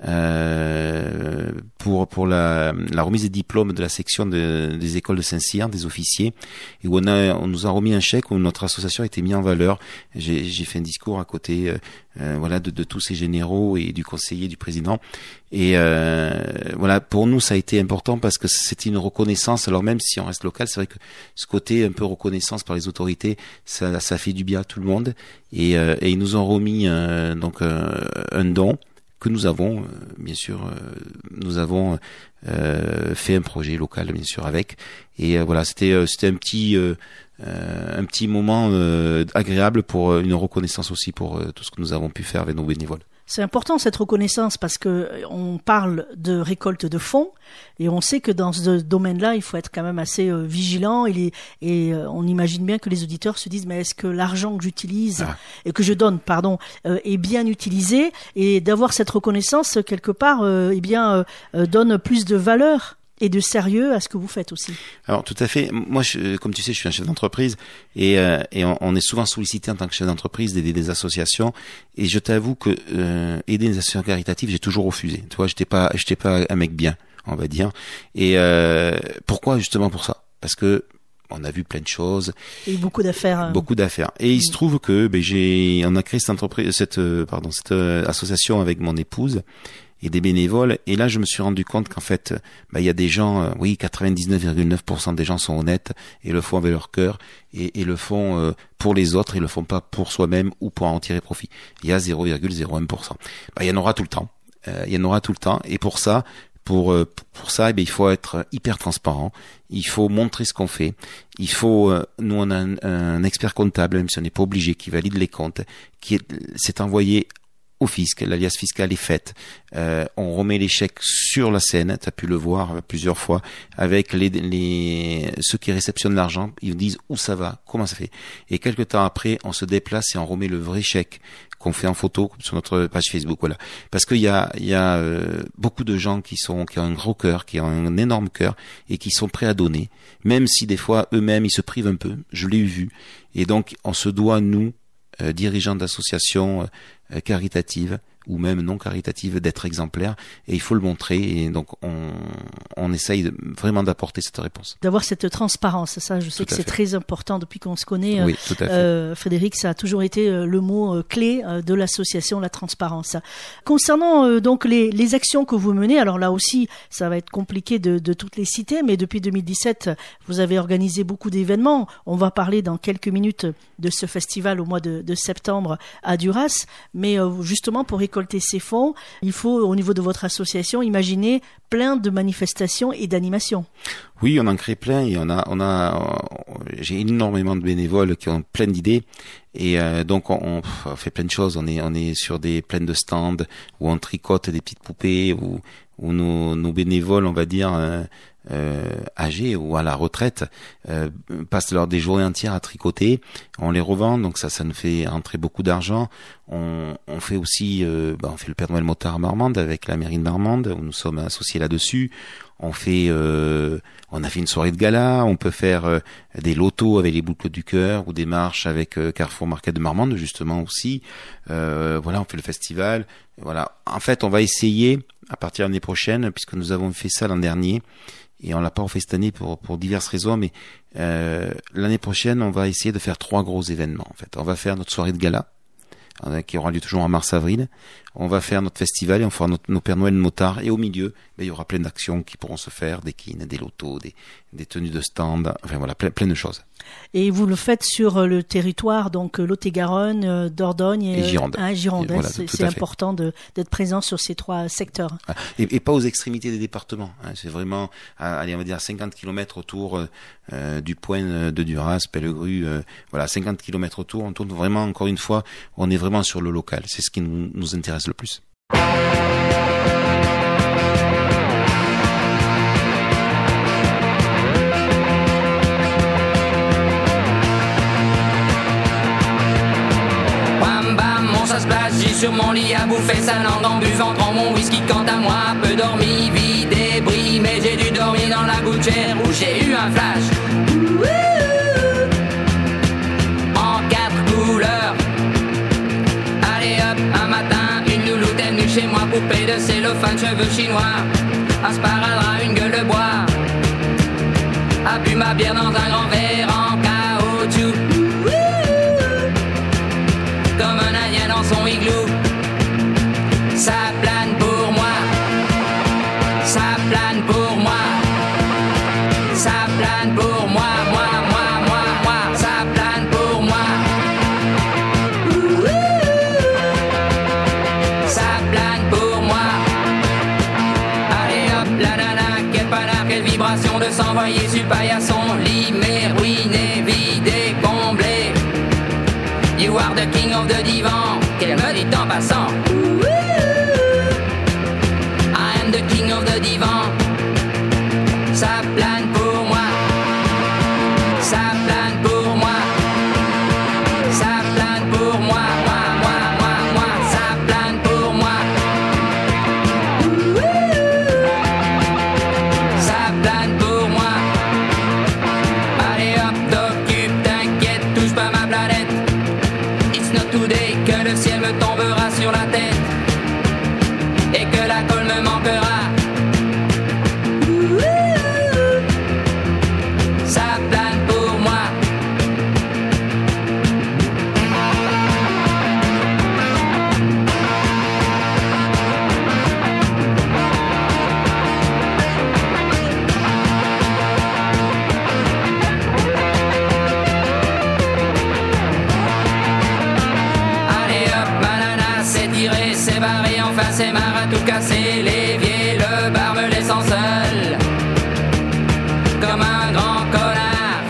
euh, pour pour la, la remise des diplômes de la section de, des écoles de Saint-Cyr, des officiers, et où on a on nous a remis un chèque où notre association a été mise en valeur. J'ai, j'ai fait un discours à côté, euh, euh, voilà, de, de tous ces généraux et du conseiller du président. Et euh, voilà, pour nous, ça a été important parce que c'était une reconnaissance. Alors même si on reste local, c'est vrai que ce côté un peu reconnaissance par les autorités, ça, ça fait du bien à tout le monde. Et, euh, et ils nous ont remis euh, donc euh, un don que nous avons, euh, bien sûr, euh, nous avons euh, fait un projet local, bien sûr, avec. Et euh, voilà, c'était euh, c'était un petit euh, un petit moment euh, agréable pour une reconnaissance aussi pour euh, tout ce que nous avons pu faire avec nos bénévoles. C'est important cette reconnaissance parce que on parle de récolte de fonds et on sait que dans ce domaine-là, il faut être quand même assez euh, vigilant et, les, et euh, on imagine bien que les auditeurs se disent mais est-ce que l'argent que j'utilise ah. et que je donne, pardon, euh, est bien utilisé, et d'avoir cette reconnaissance quelque part, euh, eh bien, euh, donne plus de valeur et de sérieux à ce que vous faites aussi. Alors tout à fait. Moi, je, comme tu sais, je suis un chef d'entreprise et, euh, et on, on est souvent sollicité en tant que chef d'entreprise d'aider des associations. Et je t'avoue que euh, aider des associations caritatives, j'ai toujours refusé. Tu vois, j'étais pas, j'étais pas un mec bien, on va dire. Et euh, pourquoi justement pour ça? Parce que on a vu plein de choses. Et beaucoup d'affaires. Beaucoup d'affaires. Et mmh. il se trouve que ben, j'ai, on a créé cette entreprise, cette, pardon, cette association avec mon épouse et des bénévoles. Et là, je me suis rendu compte qu'en fait, bah, il y a des gens, euh, oui, quatre-vingt-dix-neuf virgule neuf pour cent des gens sont honnêtes et le font avec leur cœur et, et le font euh, pour les autres, ils le font pas pour soi-même ou pour en tirer profit. Il y a zéro virgule zéro un pour cent. Bah, il y en aura tout le temps. Euh, il y en aura tout le temps. Et pour ça, pour euh, pour ça, eh bien, il faut être hyper transparent. Il faut montrer ce qu'on fait. Il faut, euh, nous, on a un, un expert comptable, même si on n'est pas obligé, qui valide les comptes, qui est, s'est envoyé au fisc, l'alias fiscal est faite. Euh, on remet les chèques sur la scène, tu as pu le voir plusieurs fois, avec les, les ceux qui réceptionnent l'argent, ils disent où ça va, comment ça fait. Et quelques temps après, on se déplace et on remet le vrai chèque qu'on fait en photo sur notre page Facebook, voilà. Parce qu'il y a, il y a euh, beaucoup de gens qui sont, qui ont un gros cœur, qui ont un énorme cœur et qui sont prêts à donner, même si des fois eux-mêmes ils se privent un peu. Je l'ai vu. Et donc on se doit, nous, euh, dirigeants d'associations euh, caritatives ou même non caritatives, d'être exemplaires, et il faut le montrer, et donc on, on essaye de, vraiment d'apporter cette réponse. D'avoir cette transparence, ça je sais tout que c'est fait. Très important depuis qu'on se connaît. Oui, tout à fait. Euh, Frédéric, ça a toujours été le mot clé de l'association, la transparence. Concernant euh, donc les, les actions que vous menez, alors là aussi ça va être compliqué de, de toutes les citer, mais depuis deux mille dix-sept, vous avez organisé beaucoup d'événements. On va parler dans quelques minutes de ce festival au mois de, de septembre à Duras, mais euh, justement pour récolter ces fonds, il faut, au niveau de votre association, imaginer plein de manifestations et d'animations. Oui, on en crée plein et on a, on a, j'ai énormément de bénévoles qui ont plein d'idées et euh, donc on, on fait plein de choses. On est, on est sur des plein de stands où on tricote des petites poupées, où, où nos, nos bénévoles, on va dire, euh, euh, âgés ou à la retraite, euh, passent leur des journées entières à tricoter. On les revend, donc ça, ça nous fait rentrer beaucoup d'argent. On, on fait aussi, euh, bah, on fait le Père Noël Motard à Marmande avec la mairie de Marmande, où nous sommes associés là-dessus. on fait, euh, on a fait une soirée de gala, on peut faire euh, des lotos avec les boucles du cœur ou des marches avec euh, Carrefour Market de Marmande justement aussi. Euh, voilà, on fait le festival. Voilà. En fait, on va essayer à partir de l'année prochaine, puisque nous avons fait ça l'an dernier et on l'a pas refait cette année pour pour diverses raisons, mais euh, l'année prochaine, on va essayer de faire trois gros événements. En fait, on va faire notre soirée de gala qui aura lieu toujours en mars-avril. On va faire notre festival et on fera notre, nos Pères Noël motards. Et au milieu, ben, il y aura plein d'actions qui pourront se faire, des kines, des lotos, des, des tenues de stand, enfin voilà, plein, plein de choses. Et vous le faites sur le territoire, donc Lot-et-Garonne, Dordogne et, et Gironde. Hein, Gironde. Et voilà, c'est c'est important de, d'être présent sur ces trois secteurs. Et, et pas aux extrémités des départements. Hein. C'est vraiment, à, allez, on va dire cinquante kilomètres autour euh, du point de Duras, Pellegru, euh, voilà, cinquante kilomètres autour. On tourne vraiment, encore une fois, on est vraiment sur le local. C'est ce qui nous, nous intéresse le plus. J'suis sur mon lit à bouffer sa langue en buvant trop mon whisky. Quant à moi, peu dormi, vie débris, mais j'ai dû dormir dans la gouttière où j'ai eu un flash. En quatre couleurs. Allez hop, un matin, une louloute est venue chez moi, poupée de cellophane, cheveux chinois, un sparadrap, une gueule de bois, a bu ma bière dans un grand verre en caoutchouc. Comme un indien dans son igloo. Ça plane pour moi. Ça plane pour moi. Ça plane pour moi. Moi, moi, moi, moi. Ça plane pour moi. Ça plane pour moi. Allez hop, la nana, quel panard, quelle vibration de s'envoyer sur paillasson. Limé, ruiné, vidé, comblé. You are the king of the divan, qu'elle me dit en passant. I am the king of the divan. Ça plane pour moi. Ça plane pour moi. Ça plane pour moi. Moi, moi, moi, moi. Ça plane pour moi. Ça plane pour moi. Allez hop, t'occupe, t'inquiète, touche pas ma planète. Today, que le ciel me tombera sur la tête et que la colle me manquera. Ça plane pour moi. C'est barré, enfin c'est marre à tout casser. L'évier, le bar me laissant seul comme un grand connard.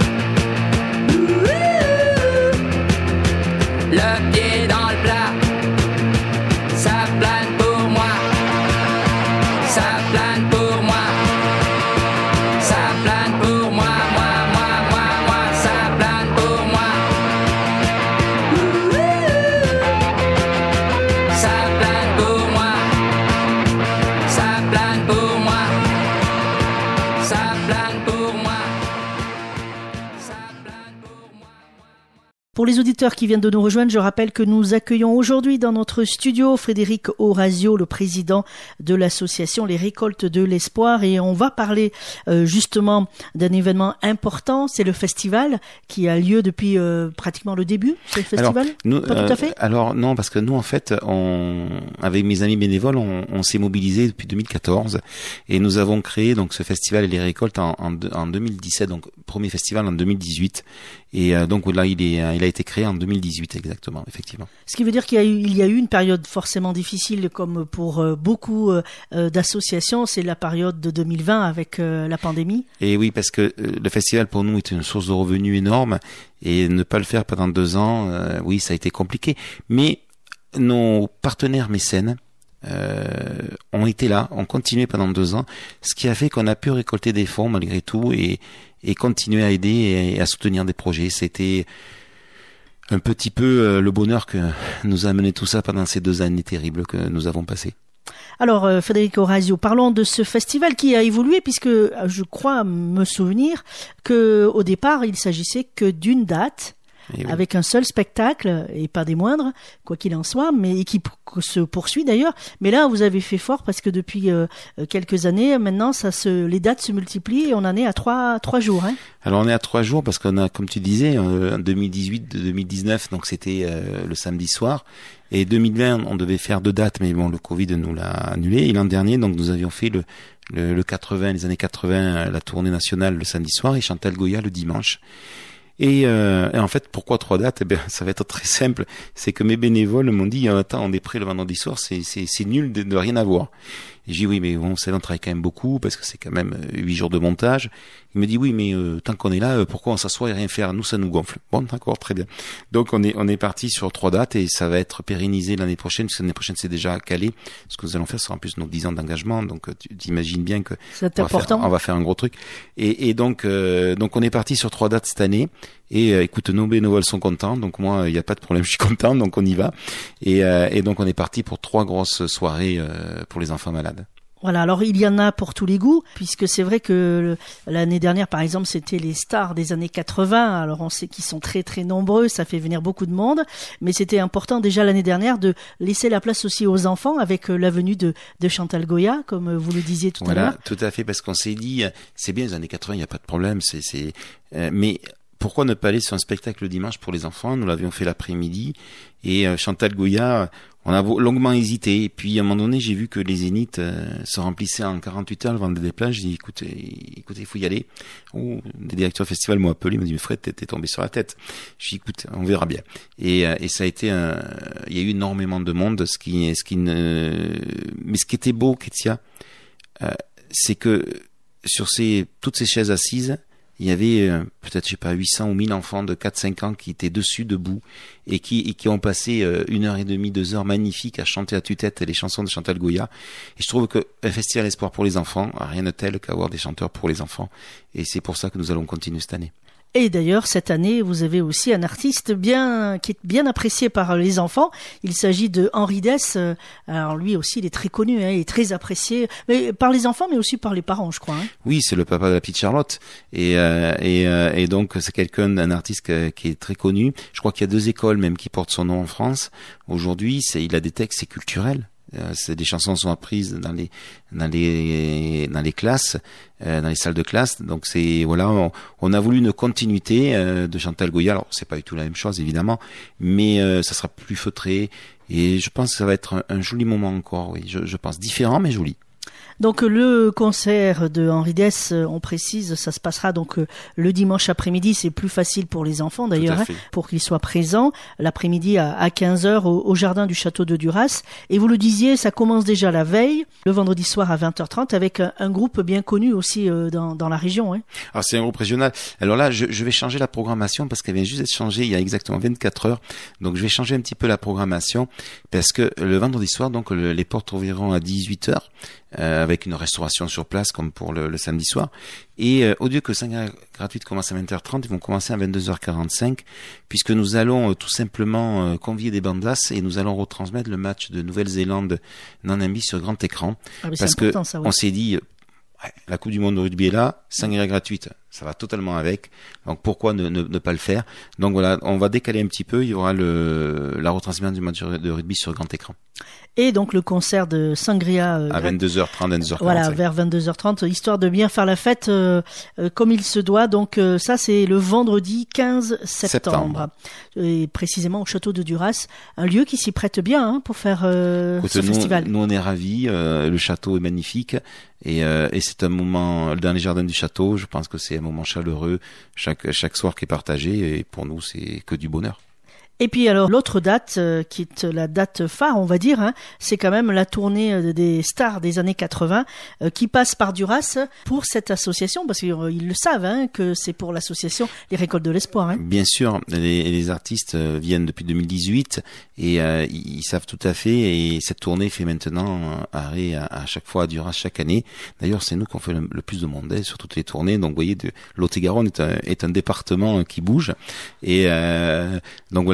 Le pied dans le plat. Ça plane pour moi. Ça plane pour moi. Ça plane pour moi. Moi, moi, moi, moi. Ça plane pour moi. Ça plane pour moi. Ça plane pour moi. Ça plane pour moi. Ça plane pour moi. Pour les auditeurs qui viennent de nous rejoindre, je rappelle que nous accueillons aujourd'hui dans notre studio Frédéric Orazio, le président de l'association Les Récoltes de l'Espoir, et on va parler euh, justement d'un événement important, c'est le festival qui a lieu depuis euh, pratiquement le début, c'est le festival alors, nous, Pas euh, tout à fait Alors non, parce que nous en fait, on, avec mes amis bénévoles, on, on s'est mobilisés depuis deux mille quatorze et nous avons créé donc ce festival Les Récoltes en, en, en deux mille dix-sept, donc premier festival en deux mille dix-huit. Et euh, donc là, il est, il a été créé en deux mille dix-huit exactement, effectivement. Ce qui veut dire qu'il y a eu, il y a eu une période forcément difficile, comme pour euh, beaucoup euh, d'associations. C'est la période de deux mille vingt avec euh, la pandémie. Et oui, parce que euh, le festival pour nous est une source de revenus énorme, et ne pas le faire pendant deux ans, euh, oui, ça a été compliqué. Mais nos partenaires mécènes euh, ont été là, ont continué pendant deux ans, ce qui a fait qu'on a pu récolter des fonds malgré tout et et continuer à aider et à soutenir des projets. C'était un petit peu le bonheur que nous a amené tout ça pendant ces deux années terribles que nous avons passées. Alors, euh, Federico Razio, parlons de ce festival qui a évolué puisque je crois me souvenir que au départ, il s'agissait que d'une date. Oui. Avec un seul spectacle, et pas des moindres, quoi qu'il en soit, mais et qui p- se poursuit d'ailleurs. Mais là, vous avez fait fort parce que depuis euh, quelques années, maintenant, ça se, les dates se multiplient et on en est à trois, trois jours. Hein. Alors on est à trois jours parce qu'on a, comme tu disais, en deux mille dix-huit, deux mille dix-neuf, donc c'était euh, le samedi soir. Et deux mille vingt, on devait faire deux dates, mais bon, le Covid nous l'a annulé. Et l'an dernier, donc nous avions fait le, le, le quatre-vingts, les années quatre-vingts, la tournée nationale le samedi soir et Chantal Goya le dimanche. Et, euh, et en fait, pourquoi trois dates? Eh bien, ça va être très simple. C'est que mes bénévoles m'ont dit, attends, on est prêt le vendredi soir, c'est, c'est, c'est nul de, de rien avoir. Et j'ai dit, oui, mais bon, vous savez, on travaille quand même beaucoup, parce que c'est quand même huit jours de montage. Il me dit, oui, mais euh, tant qu'on est là, euh, pourquoi on s'assoit et rien faire? Nous, ça nous gonfle. Bon, d'accord, très bien. Donc, on est on est parti sur trois dates, et ça va être pérennisé l'année prochaine, parce que l'année prochaine, c'est déjà calé. Ce que nous allons faire, c'est en plus nos dix ans d'engagement, donc tu t'imagines bien que c'est on important. Va faire, on va faire un gros truc. Et, et donc, euh, donc, on est parti sur trois dates cette année. Et euh, écoute, nos bénévoles sont contents, donc moi, il n'y a pas de problème, je suis content, donc on y va. Et, euh, et donc, on est parti pour trois grosses soirées euh, pour les enfants malades. Voilà, alors il y en a pour tous les goûts, puisque c'est vrai que l'année dernière, par exemple, c'était les stars des années quatre-vingts. Alors on sait qu'ils sont très très nombreux, ça fait venir beaucoup de monde, mais c'était important déjà l'année dernière de laisser la place aussi aux enfants avec la venue de, de Chantal Goya, comme vous le disiez tout voilà, à l'heure. Voilà, tout à fait, parce qu'on s'est dit, c'est bien les années quatre-vingts, il n'y a pas de problème, c'est, c'est, euh, mais pourquoi ne pas aller sur un spectacle le dimanche pour les enfants? Nous l'avions fait l'après-midi, et euh, Chantal Goya, on a longuement hésité, et puis à un moment donné, j'ai vu que les Zéniths euh, se remplissaient en quarante-huit heures, le vendredi des plages. J'ai dit, écoutez, écoutez, il faut y aller. Oh, des directeurs de festival m'ont appelé, ils m'ont dit, mais Fred, t'es, t'es tombé sur la tête. J'ai dit, écoute, on verra bien. Et, euh, et ça a été, un... il y a eu énormément de monde, ce qui, ce qui ne, mais ce qui était beau, Kétia, euh, c'est que sur ces, toutes ces chaises assises, il y avait euh, peut-être, je sais pas, huit cents ou mille enfants de quatre cinq ans qui étaient dessus, debout, et qui, et qui ont passé euh, une heure et demie, deux heures magnifiques à chanter à tue-tête les chansons de Chantal Goya. Et je trouve que un festival espoir pour les enfants, rien de tel qu'avoir des chanteurs pour les enfants. Et c'est pour ça que nous allons continuer cette année. Et d'ailleurs, cette année, vous avez aussi un artiste bien, qui est bien apprécié par les enfants. Il s'agit de Henri Dess. Alors lui aussi, il est très connu, hein, il est très apprécié, mais par les enfants, mais aussi par les parents, je crois. Hein. Oui, c'est le papa de la petite Charlotte. Et, euh, et, euh, et donc, c'est quelqu'un, un artiste qui est très connu. Je crois qu'il y a deux écoles même qui portent son nom en France. Aujourd'hui, c'est, il a des textes, c'est culturel. C'est des chansons sont apprises dans les dans les dans les classes, euh, dans les salles de classe. Donc c'est voilà, on, on a voulu une continuité euh, de Chantal Goya. Alors c'est pas du tout la même chose évidemment, mais euh, ça sera plus feutré et je pense que ça va être un, un joli moment encore. Oui, je, je pense différent mais joli. Donc le concert de Henri Dess, on précise, ça se passera donc le dimanche après-midi. C'est plus facile pour les enfants d'ailleurs, hein, pour qu'ils soient présents l'après-midi à, à quinze heures au, au jardin du château de Duras. Et vous le disiez, ça commence déjà la veille, le vendredi soir à vingt heures trente, avec un, un groupe bien connu aussi euh, dans, dans la région. Hein. Alors c'est un groupe régional. Alors là, je, je vais changer la programmation parce qu'elle vient juste d'être changée il y a exactement vingt-quatre heures. Donc je vais changer un petit peu la programmation parce que le vendredi soir, donc le, les portes ouvriront à dix-huit heures. Euh, avec une restauration sur place comme pour le, le samedi soir. Et euh, au lieu que sangria gratuite commence à vingt heures trente, ils vont commencer à vingt-deux heures quarante-cinq puisque nous allons euh, tout simplement euh, convier des bandas et nous allons retransmettre le match de Nouvelle-Zélande Namibie sur grand écran. Ah, parce que ça, ouais. On s'est dit, ouais, la Coupe du Monde de rugby est là, sangria gratuite, ça va totalement avec. Donc pourquoi ne, ne, ne pas le faire? Donc voilà, on va décaler un petit peu, il y aura le, la retransmission du match de rugby sur grand écran. Et donc le concert de Sangria euh, à vingt-deux heures trente, vingt-deux heures quarante-cinq. Voilà, vers vingt-deux heures trente, histoire de bien faire la fête euh, euh, comme il se doit. Donc euh, ça c'est le vendredi quinze septembre. Et précisément au château de Duras, un lieu qui s'y prête bien hein, pour faire euh, Écoute, ce nous, festival. Nous on est ravis, euh, le château est magnifique et, euh, et c'est un moment dans les jardins du château. Je pense que c'est un moment chaleureux chaque chaque soir qui est partagé et pour nous c'est que du bonheur. Et puis alors l'autre date euh, qui est la date phare on va dire, hein, c'est quand même la tournée euh, des stars des années quatre-vingts euh, qui passe par Duras pour cette association parce qu'ils euh, le savent hein, que c'est pour l'association Les Récoltes de l'Espoir. Hein. Bien sûr, les, les artistes euh, viennent depuis deux mille dix-huit et euh, ils, ils savent tout à fait et cette tournée fait maintenant euh, arrêt à, à chaque fois à Duras chaque année. D'ailleurs c'est nous qu'on fait le, le plus de monde sur toutes les tournées. Donc vous voyez, de, Lot-et-Garonne est un, est un département qui bouge et euh, donc voilà.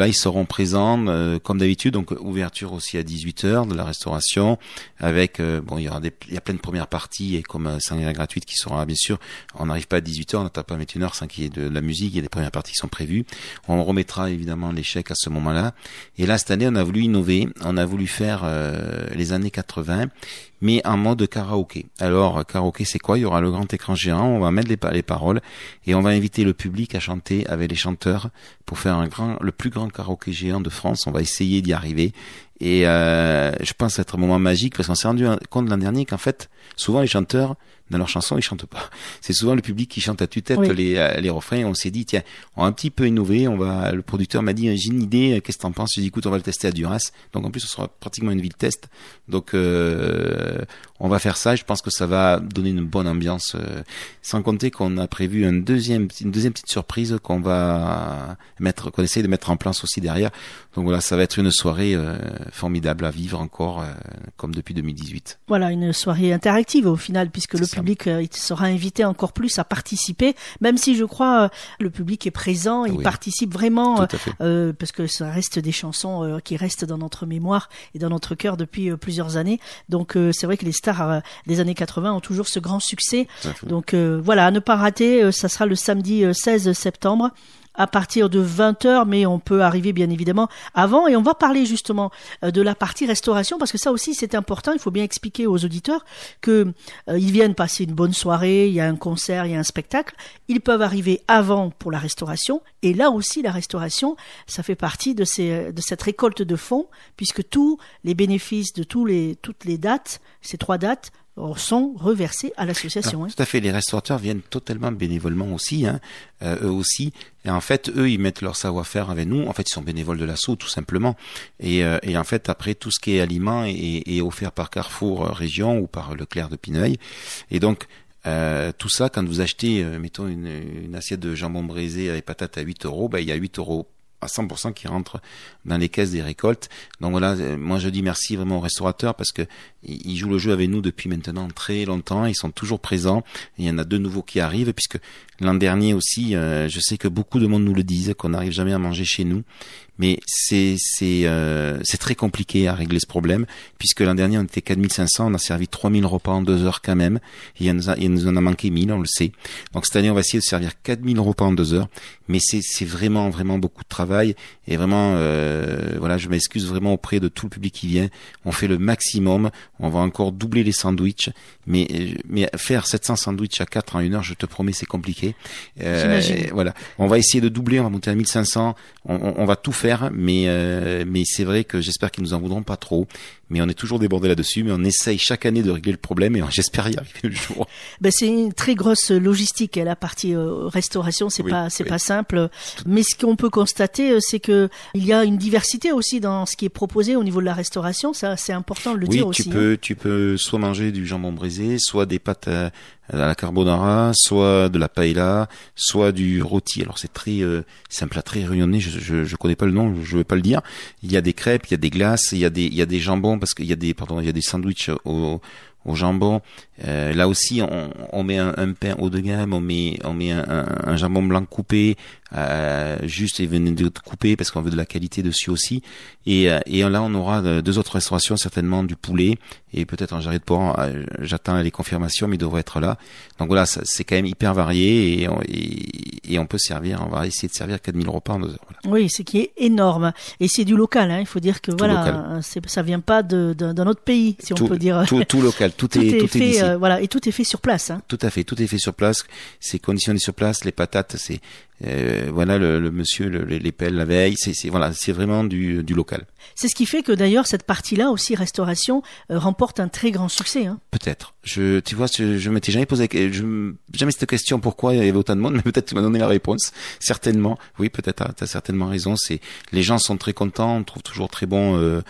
ils seront présents euh, comme d'habitude, donc ouverture aussi à dix-huit heures de la restauration, avec euh, bon il y aura des il y a plein de premières parties et comme euh, sangria gratuite qui sera bien sûr, on n'arrive pas à dix-huit heures, on n'attend pas à mettre une heure sans qu'il y ait de la musique, il y a des premières parties qui sont prévues. On remettra évidemment les chèques à ce moment-là. Et là cette année on a voulu innover, on a voulu faire euh, les années quatre-vingts, mais en mode karaoké. Alors karaoké c'est quoi? Il y aura le grand écran géant, on va mettre les, les paroles et on va inviter le public à chanter avec les chanteurs pour faire un grand, le plus grand karaoké géant de France. On va essayer d'y arriver et euh, je pense être un moment magique parce qu'on s'est rendu compte l'an dernier qu'en fait souvent les chanteurs dans leurs chansons ils chantent pas. C'est souvent le public qui chante à tue-tête oui. les les refrains. Et on s'est dit tiens, on va un petit peu innover. On va. Le producteur m'a dit j'ai une idée. Qu'est-ce que t'en penses? J'ai dit écoute on va le tester à Duras. Donc en plus ce sera pratiquement une ville test. Donc euh, on va faire ça. Je pense que ça va donner une bonne ambiance. Euh, sans compter qu'on a prévu un deuxième une deuxième petite surprise qu'on va mettre qu'on essaye de mettre en place aussi derrière. Donc voilà, ça va être une soirée euh, formidable à vivre encore euh, comme depuis deux mille dix-huit. Voilà, une soirée interactive au final puisque c'est le ça. public euh, il sera invité encore plus à participer, même si je crois euh, le public est présent, il oui. participe vraiment euh, parce que ça reste des chansons euh, qui restent dans notre mémoire et dans notre cœur depuis euh, plusieurs années. Donc euh, c'est vrai que les stars euh, des années quatre-vingts ont toujours ce grand succès. Donc euh, voilà, à ne pas rater, euh, ça sera le samedi euh, seize septembre. À partir de vingt heures, mais on peut arriver bien évidemment avant. Et on va parler justement de la partie restauration, parce que ça aussi c'est important. Il faut bien expliquer aux auditeurs que euh, ils viennent passer une bonne soirée, il y a un concert, il y a un spectacle. Ils peuvent arriver avant pour la restauration. Et là aussi, la restauration, ça fait partie de, ces, de cette récolte de fonds, puisque tous les bénéfices de tous les, toutes les dates, ces trois dates, sont reversés à l'association. Alors, hein. Tout à fait, les restaurateurs viennent totalement bénévolement aussi, hein, euh, eux aussi. Et en fait, eux, ils mettent leur savoir-faire avec nous. En fait, ils sont bénévoles de l'asso, tout simplement. Et, euh, et en fait, après, tout ce qui est aliments est, est offert par Carrefour euh, Région ou par Leclerc de Pineuil. Et donc, euh, tout ça, quand vous achetez, euh, mettons, une, une assiette de jambon braisé avec patates à huit euros, ben, il y a huit euros à cent pour cent qui rentrent dans les caisses des récoltes. Donc voilà, moi je dis merci vraiment aux restaurateurs parce que ils jouent le jeu avec nous depuis maintenant très longtemps, ils sont toujours présents. Il y en a deux nouveaux qui arrivent puisque l'an dernier aussi, euh, je sais que beaucoup de monde nous le disent, qu'on n'arrive jamais à manger chez nous. Mais c'est c'est euh, c'est très compliqué à régler ce problème puisque l'an dernier on était quatre mille cinq cents, on a servi trois mille repas en deux heures quand même. Et il nous, a, il nous en a manqué mille, on le sait. Donc cette année on va essayer de servir quatre mille repas en deux heures. Mais c'est c'est vraiment vraiment beaucoup de travail et vraiment euh, voilà, je m'excuse vraiment auprès de tout le public qui vient. On fait le maximum. On va encore doubler les sandwichs, mais mais faire sept cents sandwichs à quatre en une heure, je te promets, c'est compliqué. Euh, voilà, on va essayer de doubler, on va monter à mille cinq cents. On, on, on va tout faire. Mais euh, mais c'est vrai que j'espère qu'ils nous en voudront pas trop. Mais on est toujours débordé là-dessus. Mais on essaye chaque année de régler le problème et j'espère y arriver le jour. Ben c'est une très grosse logistique. La partie euh, restauration, c'est oui, pas c'est oui. pas simple. Mais ce qu'on peut constater, c'est que il y a une diversité aussi dans ce qui est proposé au niveau de la restauration. Ça, c'est important de le oui, dire tu aussi. Oui, tu peux hein. tu peux soit manger du jambon braisé, soit des pâtes à, à la carbonara, soit de la paella, soit du rôti. Alors c'est très euh, c'est un plat très réunionnais. Je, je je connais pas le nom, je vais pas le dire. Il y a des crêpes, il y a des glaces, il y a des il y a des jambons parce qu'il y a des pardon il y a des sandwichs au au jambon. Euh, là aussi, on, on met un, un pain haut de gamme, on met on met un, un, un jambon blanc coupé, euh, juste et venez de couper parce qu'on veut de la qualité dessus aussi. Et et là, on aura deux autres restaurations, certainement du poulet et peut-être un jarret de porc. J'attends les confirmations, mais il devrait être là. Donc voilà, ça, c'est quand même hyper varié et on, et, et on peut servir. On va essayer de servir quatre mille repas en deux heures. Voilà. Oui, ce qui est énorme. Et c'est du local. Hein. Il faut dire que tout voilà, c'est, ça vient pas de, de d'un autre pays, si tout, on peut dire. Tout, tout local. Tout, tout est, est tout fait, est d'ici. Euh, voilà, et tout est fait sur place. Hein. Tout à fait, tout est fait sur place. C'est conditionné sur place. Les patates, c'est euh, voilà le, le monsieur le, les pelle la veille. C'est, c'est voilà, c'est vraiment du, du local. C'est ce qui fait que d'ailleurs cette partie-là aussi restauration euh, remporte un très grand succès. Hein. Peut-être. Je, tu vois, je, je m'étais jamais posé, je, jamais cette question pourquoi il y avait autant de monde, mais peut-être tu m'as donné la réponse. Certainement, oui, peut-être. T'as certainement raison. C'est les gens sont très contents, on trouve toujours très bon euh,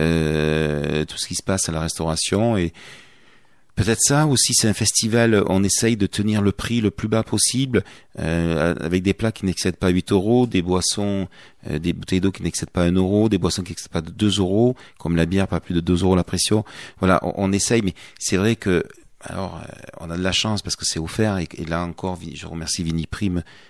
euh, tout ce qui se passe à la restauration et peut-être ça aussi, c'est un festival, on essaye de tenir le prix le plus bas possible, euh, avec des plats qui n'excèdent pas huit euros, des boissons, euh, des bouteilles d'eau qui n'excèdent pas un euro, des boissons qui n'excèdent pas de deux euros, comme la bière, pas plus de deux euros la pression. Voilà, on, on essaye, mais c'est vrai que, alors, euh, on a de la chance parce que c'est offert, et, et là encore, je remercie Vini Prime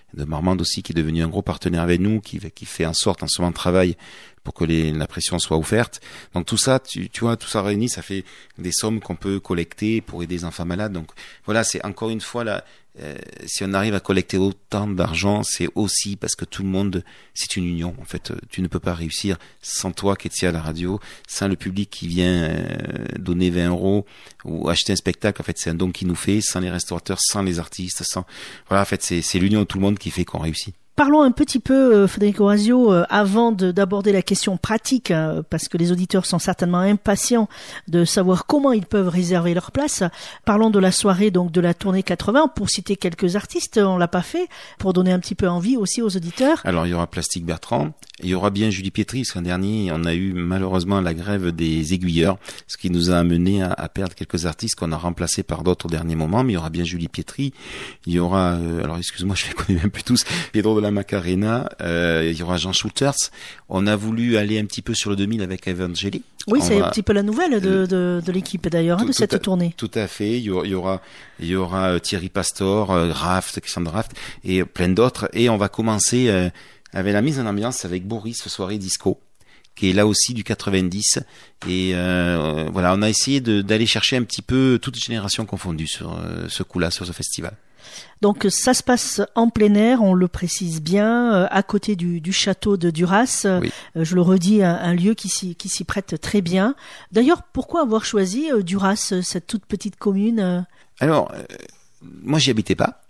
de Marmande aussi, qui est devenu un gros partenaire avec nous, qui, qui fait en sorte, en ce moment, de travail pour que les, la pression soit offerte. Donc tout ça, tu, tu vois, tout ça réuni, ça fait des sommes qu'on peut collecter pour aider les enfants malades. Donc voilà, c'est encore une fois là, euh, si on arrive à collecter autant d'argent, c'est aussi parce que tout le monde, c'est une union. En fait, tu ne peux pas réussir sans toi qui es à la radio, sans le public qui vient euh, donner vingt euros ou acheter un spectacle. En fait, c'est un don qui nous fait, sans les restaurateurs, sans les artistes, sans voilà. En fait, c'est, c'est l'union de tout le monde qui fait qu'on réussit. Parlons un petit peu, euh, Federico Orazio, euh, avant de, d'aborder la question pratique, hein, parce que les auditeurs sont certainement impatients de savoir comment ils peuvent réserver leur place. Parlons de la soirée, donc de la tournée quatre-vingts, pour citer quelques artistes, on l'a pas fait, pour donner un petit peu envie aussi aux auditeurs. Alors il y aura Plastique Bertrand, il y aura bien Julie Pietri, parce qu'un dernier, on a eu malheureusement la grève des aiguilleurs, ce qui nous a amené à, à perdre quelques artistes qu'on a remplacés par d'autres au dernier moment, mais il y aura bien Julie Pietri, il y aura, euh, alors excuse-moi, je les connais même plus tous, Pedro de la Macarena, euh, il y aura Jean Schulters. On a voulu aller un petit peu sur le deux mille avec Evangeli. Oui, on c'est va... un petit peu la nouvelle de, de, de l'équipe d'ailleurs, tout, hein, de cette à, tournée. Tout à fait. Il y aura, il y aura, il y aura euh, Thierry Pastor, euh, Raft, Christian de Raft et euh, plein d'autres. Et on va commencer euh, avec la mise en ambiance avec Boris, soirée disco, qui est là aussi du quatre-vingt-dix. Et euh, voilà, on a essayé de, d'aller chercher un petit peu toutes les générations confondues sur euh, ce coup-là, sur ce festival. Donc ça se passe en plein air, on le précise bien, euh, à côté du, du château de Duras. Oui. Euh, je le redis, un, un lieu qui s'y, qui s'y prête très bien. D'ailleurs, pourquoi avoir choisi euh, Duras, cette toute petite commune euh... Alors, euh, moi j'y habitais pas.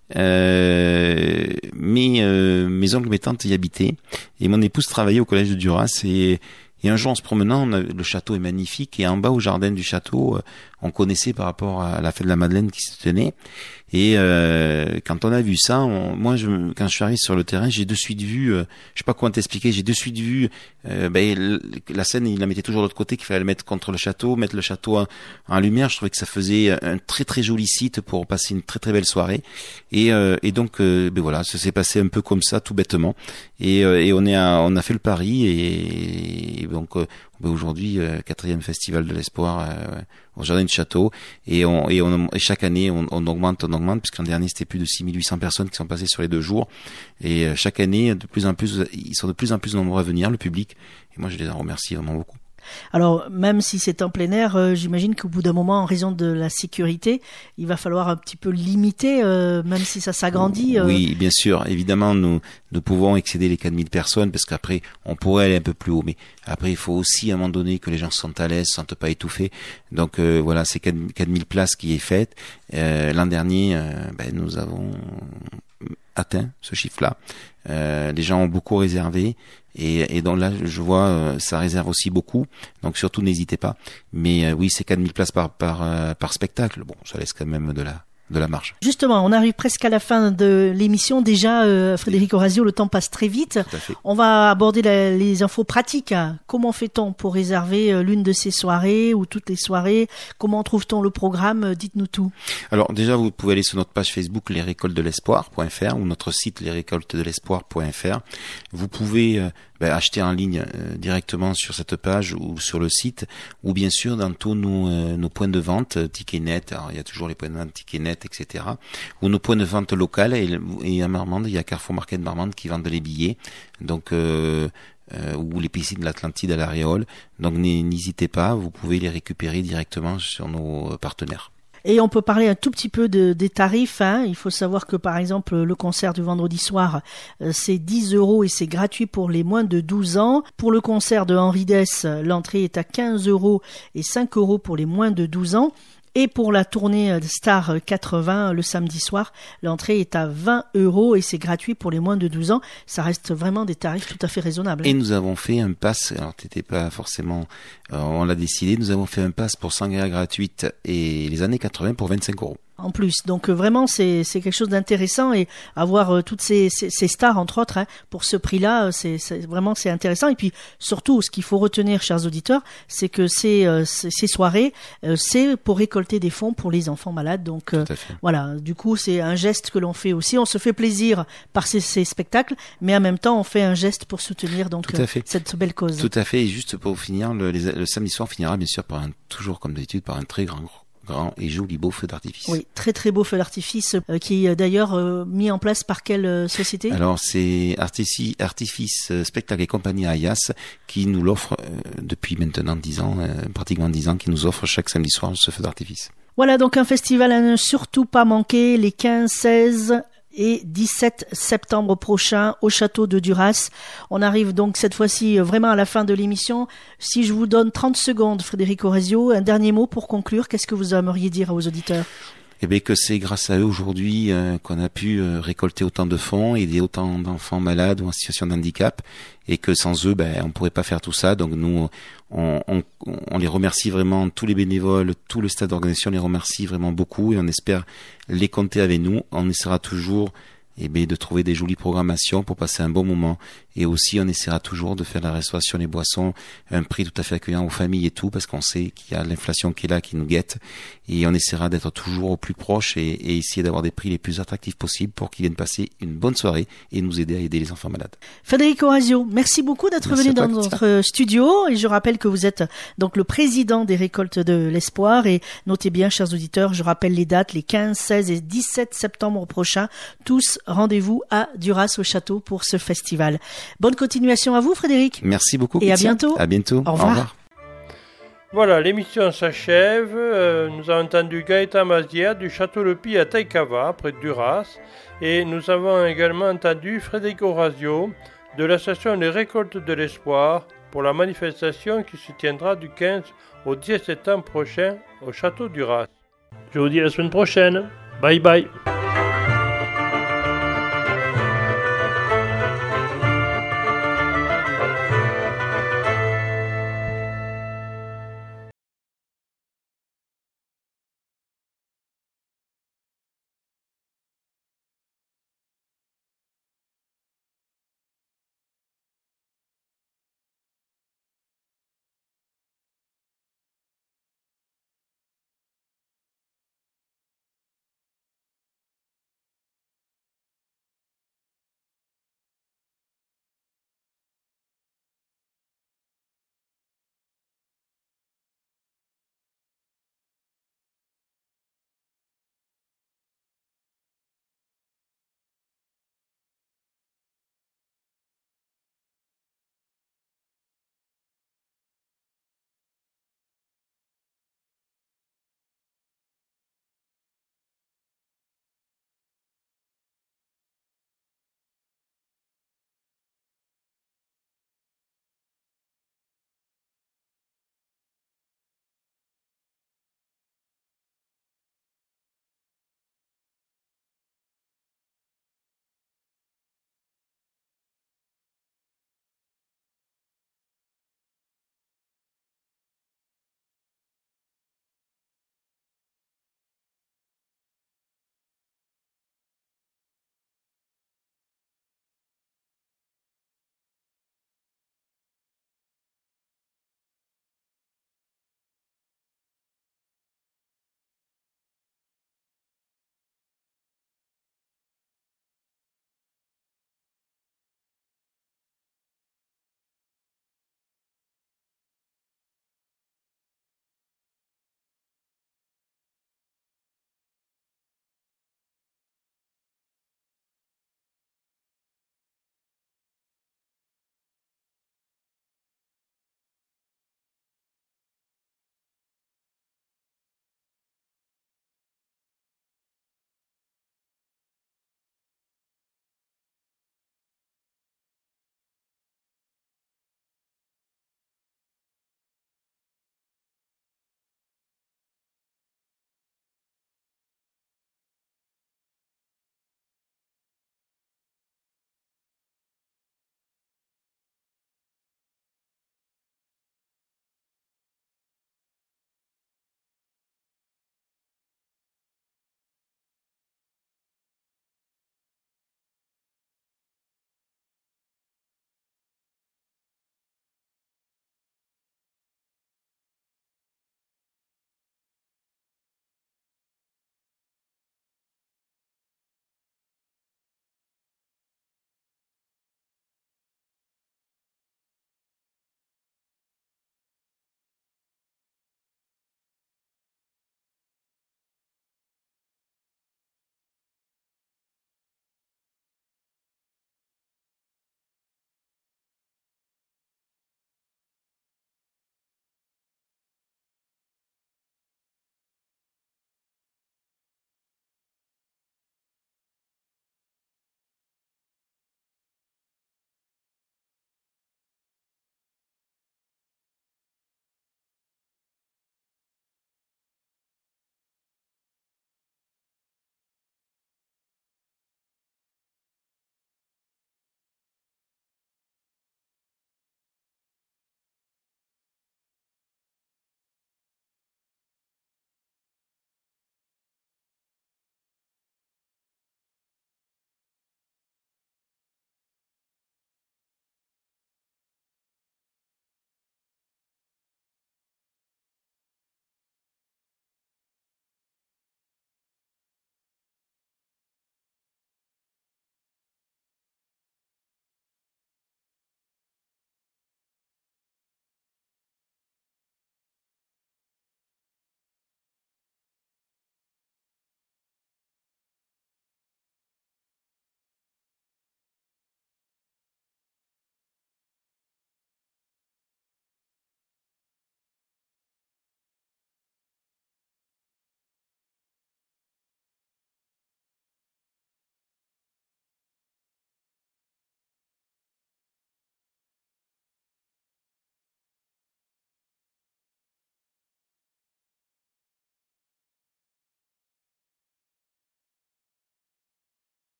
Euh, mais euh, mes oncles, mes tantes y habitaient. Et mon épouse travaillait au collège de Duras. Et, et un jour, en se promenant, on a, le château est magnifique. Et en bas, au jardin du château, euh, on connaissait par rapport à la fête de la Madeleine qui se tenait. Et euh, quand on a vu ça, on, moi, je, quand je suis arrivé sur le terrain, j'ai de suite vu, euh, je sais pas comment t'expliquer, j'ai de suite vu, euh, ben, la scène, il la mettait toujours de l'autre côté, qu'il fallait le mettre contre le château, mettre le château en, en lumière. Je trouvais que ça faisait un très très joli site pour passer une très très belle soirée. Et, euh, et donc, euh, ben voilà, ça s'est passé un peu comme ça, tout bêtement. Et, euh, et on est, à, on a fait le pari. Et, et donc, euh, ben aujourd'hui, euh, quatrième festival de l'espoir euh, au jardin du château. Et, on, et, on, et chaque année, on, on augmente, on augmente, puisqu'en dernier, c'était plus de six mille huit cents personnes qui sont passées sur les deux jours. Et euh, chaque année, de plus en plus, ils sont de plus en plus nombreux à venir, le public. Et moi, je les en remercie vraiment beaucoup. Alors, même si c'est en plein air, euh, j'imagine qu'au bout d'un moment, en raison de la sécurité, il va falloir un petit peu limiter, euh, même si ça s'agrandit. Euh... Oui, bien sûr. Évidemment, nous nous pouvons excéder les quatre mille personnes, parce qu'après, on pourrait aller un peu plus haut. Mais après, il faut aussi, à un moment donné, que les gens se sentent à l'aise, se sentent pas étouffés. Donc euh, voilà, c'est quatre mille places qui est faite. Euh, l'an dernier, euh, ben, nous avons atteint ce chiffre-là. Euh, les gens ont beaucoup réservé. Et, et donc là, je vois, euh, ça réserve aussi beaucoup. Donc surtout, n'hésitez pas. Mais euh, oui, c'est quatre mille places par par euh, par spectacle. Bon, ça laisse quand même de la de la marge. Justement, on arrive presque à la fin de l'émission. Déjà, euh, Federico Orazio, le temps passe très vite. Tout à fait. On va aborder la, les infos pratiques. Comment fait-on pour réserver euh, l'une de ces soirées ou toutes les soirées? Comment trouve-t-on le programme? Dites-nous tout. Alors déjà, vous pouvez aller sur notre page Facebook les récoltes de l'espoir point f r ou notre site les récoltes de l'espoir point f r. Vous pouvez euh, ben, acheter en ligne euh, directement sur cette page ou sur le site, ou bien sûr dans tous nos, euh, nos points de vente, euh, Ticketnet, alors il y a toujours les points de vente Ticketnet, et cetera, ou nos points de vente locaux, et, et à Marmande, il y a Carrefour Market de Marmande qui vendent les billets, donc euh, euh, ou les piscines de l'Atlantide à la Réole, donc n'hésitez pas, vous pouvez les récupérer directement sur nos partenaires. Et on peut parler un tout petit peu de, des tarifs. Hein. Il faut savoir que, par exemple, le concert du vendredi soir, euh, c'est dix euros et c'est gratuit pour les moins de douze ans. Pour le concert de Henri Dess, l'entrée est à quinze euros et cinq euros pour les moins de douze ans. Et pour la tournée Star quatre-vingts, le samedi soir, l'entrée est à vingt euros et c'est gratuit pour les moins de douze ans. Ça reste vraiment des tarifs tout à fait raisonnables. Et nous avons fait un pass, alors t'étais pas forcément, euh, on l'a décidé, nous avons fait un pass pour sangria gratuite et les années quatre-vingts pour vingt-cinq euros. En plus, donc euh, vraiment c'est c'est quelque chose d'intéressant, et avoir euh, toutes ces, ces ces stars entre autres hein, pour ce prix-là, c'est, c'est vraiment c'est intéressant. Et puis surtout, ce qu'il faut retenir, chers auditeurs, c'est que ces euh, ces soirées, euh, c'est pour récolter des fonds pour les enfants malades. Donc euh, voilà, du coup c'est un geste que l'on fait aussi. On se fait plaisir par ces, ces spectacles, mais en même temps on fait un geste pour soutenir donc euh, cette belle cause. Tout à fait. Et juste pour finir, le, les, le samedi soir on finira bien sûr par un toujours comme d'habitude par un très grand grand et joli beau feu d'artifice. Oui, très très beau feu d'artifice euh, qui est d'ailleurs euh, mis en place par quelle euh, société? Alors c'est Artifice, Artifice euh, Spectacle et Compagnie Ayas qui nous l'offre euh, depuis maintenant dix ans, euh, pratiquement dix ans, qui nous offre chaque samedi soir ce feu d'artifice. Voilà donc un festival à ne surtout pas manquer les quinze, seize et dix-sept septembre prochains au château de Duras. On arrive donc cette fois-ci vraiment à la fin de l'émission. Si je vous donne trente secondes, Frédéric Orazio, un dernier mot pour conclure, qu'est-ce que vous aimeriez dire aux auditeurs? Eh bien que c'est grâce à eux aujourd'hui euh, qu'on a pu euh, récolter autant de fonds, aider autant d'enfants malades ou en situation de handicap, et que sans eux, ben on pourrait pas faire tout ça. Donc nous, on, on, on les remercie vraiment, tous les bénévoles, tout le stade d'organisation les remercie vraiment beaucoup, et on espère les compter avec nous. On essaiera toujours eh bien, de trouver des jolies programmations pour passer un bon moment. Et aussi, on essaiera toujours de faire la restauration, les boissons, un prix tout à fait accueillant aux familles et tout, parce qu'on sait qu'il y a l'inflation qui est là, qui nous guette. Et on essaiera d'être toujours au plus proche et, et essayer d'avoir des prix les plus attractifs possibles pour qu'ils viennent passer une bonne soirée et nous aider à aider les enfants malades. Frédéric Orazio, merci beaucoup d'être Merci venu à toi, dans Katia. notre studio. Et je rappelle que vous êtes donc le président des Récoltes de l'Espoir. Et notez bien, chers auditeurs, je rappelle les dates, les quinze, seize et dix-sept septembre prochains. Tous, rendez-vous à Duras au château pour ce festival. Bonne continuation à vous, Frédéric. Merci beaucoup. Et à Katia. bientôt. À bientôt. Au revoir. Voilà, l'émission s'achève. Euh, nous avons entendu Gaëtan Mazière du Château Le Py à Taïkava, près de Duras. Et nous avons également entendu Frédéric Orazio de l'association Les Récoltes de l'Espoir pour la manifestation qui se tiendra du quinze au dix septembre prochain au Château Duras. Je vous dis à la semaine prochaine. Bye bye.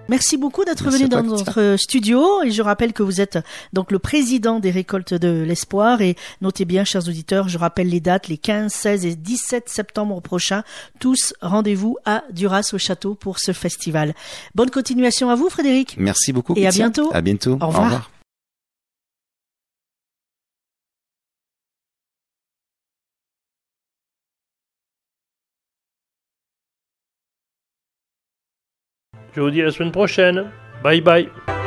Merci beaucoup d'être Merci venu à toi, dans Katia. notre studio et je rappelle que vous êtes donc le président des récoltes de l'espoir et notez bien, chers auditeurs, je rappelle les dates, les quinze, seize et dix-sept septembre prochains. Tous rendez-vous à Duras au château pour ce festival. Bonne continuation à vous, Frédéric. Merci beaucoup. Et à Katia. bientôt. À bientôt. Au revoir. Je vous dis à la semaine prochaine. Bye bye.